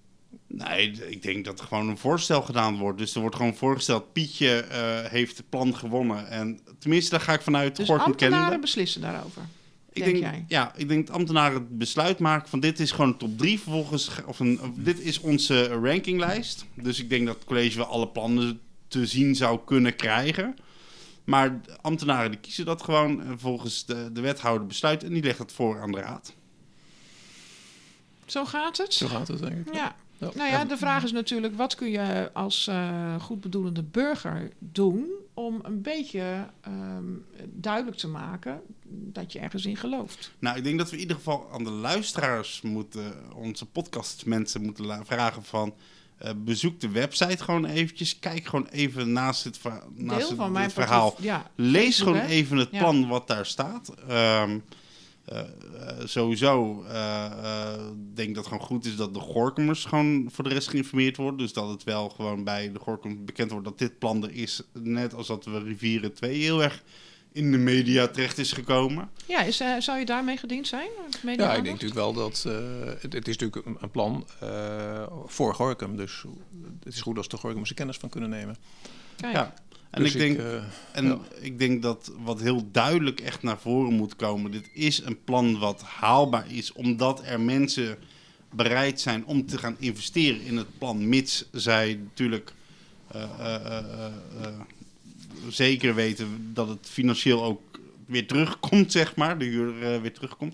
Nee, ik denk dat er gewoon een voorstel gedaan wordt. Dus er wordt gewoon voorgesteld, Pietje uh, heeft het plan gewonnen. En tenminste, daar ga ik vanuit. Dus Gorinchem ambtenaren kennende. beslissen daarover. Ik denk denk, jij? Ja, ik denk dat ambtenaren het besluit maken van dit is gewoon een top drie. Vervolgens, of een, of dit is onze rankinglijst. Dus ik denk dat het college wel alle plannen te zien zou kunnen krijgen. Maar de ambtenaren die kiezen dat gewoon. En volgens de, de wethouder besluit en die legt het voor aan de raad. Zo gaat het? Zo gaat het, denk ik. Ja. Ja. Nou ja, de vraag is natuurlijk, wat kun je als uh, goedbedoelende burger doen om een beetje um, duidelijk te maken dat je ergens in gelooft? Nou, ik denk dat we in ieder geval aan de luisteraars moeten, onze podcastmensen moeten la- vragen van, uh, bezoek de website gewoon eventjes, kijk gewoon even naast het, ver- naast Deel het, van mijn het verhaal. portef- ja, Lees Facebook, gewoon hè? even het Ja. plan wat daar staat. Um, Uh, uh, sowieso uh, uh, denk ik dat het gewoon goed is dat de Gorincemers gewoon voor de rest geïnformeerd worden. Dus dat het wel gewoon bij de Gorinchem bekend wordt dat dit plan er is. Net als dat we Rivieren twee heel erg in de media terecht is gekomen. Ja, is, uh, zou je daarmee gediend zijn? Media Ja, ik aandacht? denk natuurlijk wel dat... Uh, het, het is natuurlijk een, een plan uh, voor Gorinchem. Dus het is goed als de Gorinchem er kennis van kunnen nemen. Kijk. Ja. En, Dus ik, denk, ik, uh, en ja. ik denk dat wat heel duidelijk echt naar voren moet komen. Dit is een plan wat haalbaar is, omdat er mensen bereid zijn om te gaan investeren in het plan. Mits zij natuurlijk uh, uh, uh, uh, zeker weten dat het financieel ook weer terugkomt, zeg maar. De huur uh, weer terugkomt.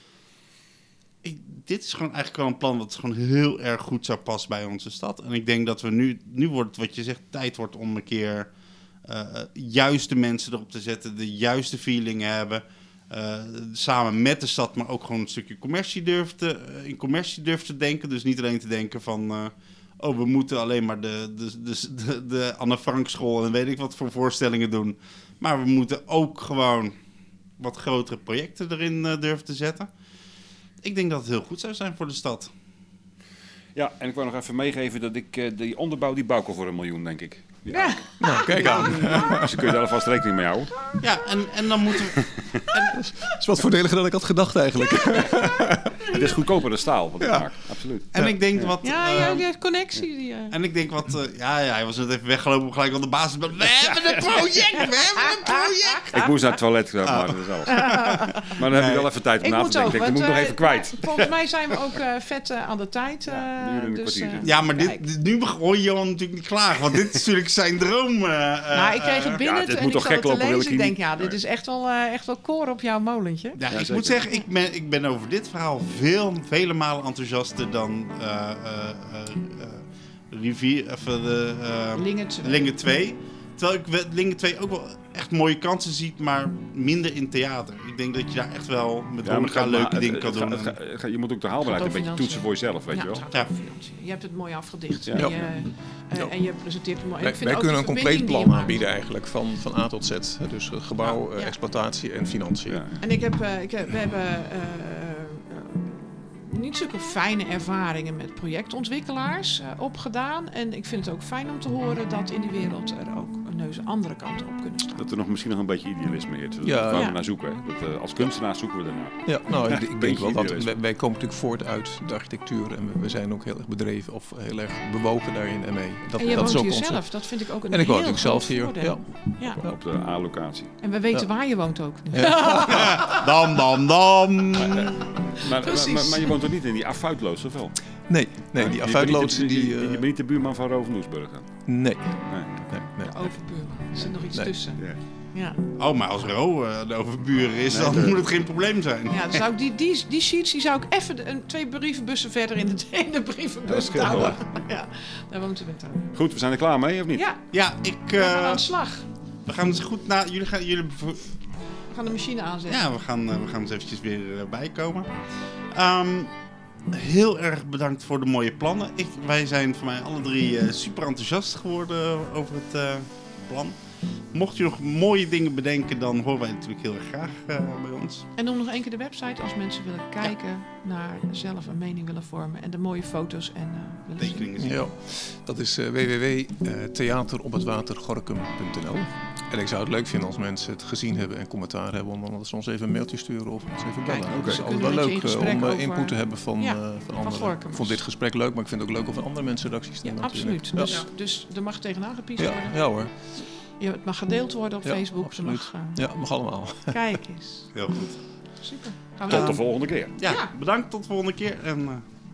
Ik, dit is gewoon eigenlijk wel een plan wat gewoon heel erg goed zou passen bij onze stad. En ik denk dat we nu, nu wordt wat je zegt, tijd wordt om een keer uh, juiste mensen erop te zetten, de juiste feeling hebben. Uh, samen met de stad, maar ook gewoon een stukje commercie durven te, uh, in commercie durven te denken. Dus niet alleen te denken van, uh, oh, we moeten alleen maar de, de, de, de, de Anne Frank school en weet ik wat voor voorstellingen doen. Maar we moeten ook gewoon wat grotere projecten erin uh, durven te zetten. Ik denk dat het heel goed zou zijn voor de stad. Ja, en ik wil nog even meegeven dat ik uh, die onderbouw die bouw ik al voor een miljoen, denk ik. Ja. Ja. Nou, kijk aan. Dus daar kun je daar alvast rekening mee houden. Ja, en, en dan moeten we... Het is wat voordeliger dan ik had gedacht eigenlijk. Het is goedkoper dan staal wat ik Ja. maak, absoluut. En ik denk wat... Ja, uh, ja, die connectie. Die, uh... En ik denk wat... Uh, ja, ja, hij was net even weggelopen om gelijk op de basis... We hebben een project! We hebben een project! Ik moest naar het toilet, zeg maar, dat is alles. Maar dan heb je wel even tijd om Ik na te moet denken. ook, Ik denk, dat moet ik want, nog uh, even kwijt. Volgens mij zijn we ook uh, vet uh, aan de tijd. Uh, Ja, nu een dus, kwartier. uh, Ja, maar dit, kijk. dit, nu hoor je Johan natuurlijk niet klagen. Want dit is natuurlijk zijn droom. Uh, Nou, ik kreeg het binnen ja, dit en moet ik toch zat het gek te lopen, wil lezen. ik Ik hier denk, niet. ja, dit Nee. is echt wel, uh, echt wel koren op jouw molentje. Ja, Ja, ik zeker. moet zeggen, ik ben, ik ben over dit verhaal veel, vele malen enthousiaster dan uh, uh, uh, uh, Rivier, even de, uh, Lingen twee. Lingen twee. Terwijl ik we- Lingen twee ook wel echt mooie kansen ziet, maar minder in theater. Ik denk dat je daar echt wel met Ja, maar elkaar het leuke gaat- dingen het kan gaat- doen. het gaat- het gaat- Je moet ook de haalbaarheid Het een gaat beetje over toetsen voor jezelf, weet ja, je wel. het gaat Ja. over financiën. Je hebt het mooi afgedicht. Ja. En, Ja. je, uh, Ja. en je presenteert het mooi. En Wij, ik vind wij ook kunnen die een compleet verbinding die je plan maakt. aanbieden eigenlijk, van, van A tot Z. Hè. Dus uh, gebouw, uh, Ja. exploitatie en financiën. Ja. En ik heb, uh, ik heb, we hebben uh, uh, niet zulke fijne ervaringen met projectontwikkelaars uh, opgedaan. En ik vind het ook fijn om te horen dat in die wereld er ook een neus andere kanten op kunnen staan. Dat er nog misschien nog een beetje idealisme heert. Dat is Ja. waar Ja. we naar zoeken. Hè. Dat, uh, als kunstenaars zoeken we daarnaar. Ja, nou, ik, ik denk beetje wel dat idealisme. wij, wij komen natuurlijk voort uit de architectuur en we, we zijn ook heel erg bedreven of heel erg bewogen daarin en mee. Dat, En je dat is woont ook hier onze- zelf, dat vind ik ook een En ik woon heel natuurlijk zelf groot hier. voordeel. Ja. Ja. Op de A-locatie. En we weten Ja. waar je woont ook. Dam, dam, dam. Maar, Precies. maar, maar je woont toch niet in die affuitloods, of wel? Nee, nee, die Je bent affuitloodsen niet de- die... Je, je uh, bent niet de buurman van Rovendoesburg. hè? nee, Nee. nee, nee. Overbuurman. Er zit nog iets Nee. tussen. Ja. Ja. Oh, maar als Ro uh, de overburen is, Nee, dan de- moet het geen probleem zijn. Ja, dan zou ik die, die, die sheets die zou ik even de- een, twee brievenbussen verder in de, in de brievenbus scheelt houden. Ja, daar woont de winter. Goed, we zijn er klaar mee, of niet? Ja, Ja, ik... we gaan Uh, aan de slag. we gaan eens goed na... Jullie gaan... Jullie, We gaan de machine aanzetten. ja, we gaan, uh, we gaan eens eventjes weer uh, bijkomen. Um, heel erg bedankt voor de mooie plannen. Ik, wij zijn voor mij alle drie uh, super enthousiast geworden over het uh, plan. Mocht je nog mooie dingen bedenken, dan horen wij natuurlijk heel erg graag uh, bij ons. En noem nog één keer de website als mensen willen kijken naar zelf een mening willen vormen en de mooie foto's en uh, willen zien. Tekeningen zien. Ja, dat is uh, w w w punt theater op het water gorinchem punt n l. En ik zou het leuk vinden als mensen het gezien hebben en commentaar hebben, om dan ze ons even een mailtje sturen of ons even bellen. Kijk, Het is ze altijd kunnen wel met je in leuk uh, gesprek om uh, over- input te hebben van, Ja, uh, van anderen. Gorinchem. Ik vond dit gesprek leuk, maar ik vind het ook leuk om van andere mensen reacties te Ja, hebben. absoluut. natuurlijk. Dus, dus er mag tegenaan gepiest Ja, worden. ja, ja hoor. Ja, het mag gedeeld worden op Ja, Facebook. absoluut. Ze mag, uh, Ja, mag allemaal. Kijk eens. Heel goed. Super. Gaan we Tot doen. de volgende keer. Ja, Ja. bedankt tot de volgende keer en uh,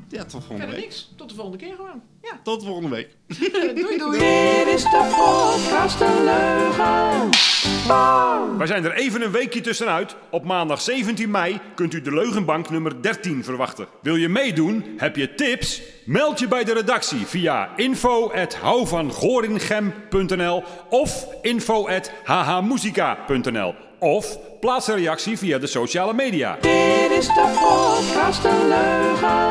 Ja, tot volgende Verder week. niks. Tot de volgende keer gewoon. Ja. Tot volgende week. Doei doei. Dit is de podcast De Leugen. Wow. Wij zijn er even een weekje tussenuit. Op maandag zeventien mei kunt u de Leugenbank nummer dertien verwachten. Wil je meedoen? Heb je tips? Meld je bij de redactie via info at houvangoringem punt n l of info at h h muzika punt n l of plaats een reactie via de sociale media. Dit is de podcast De Leugen.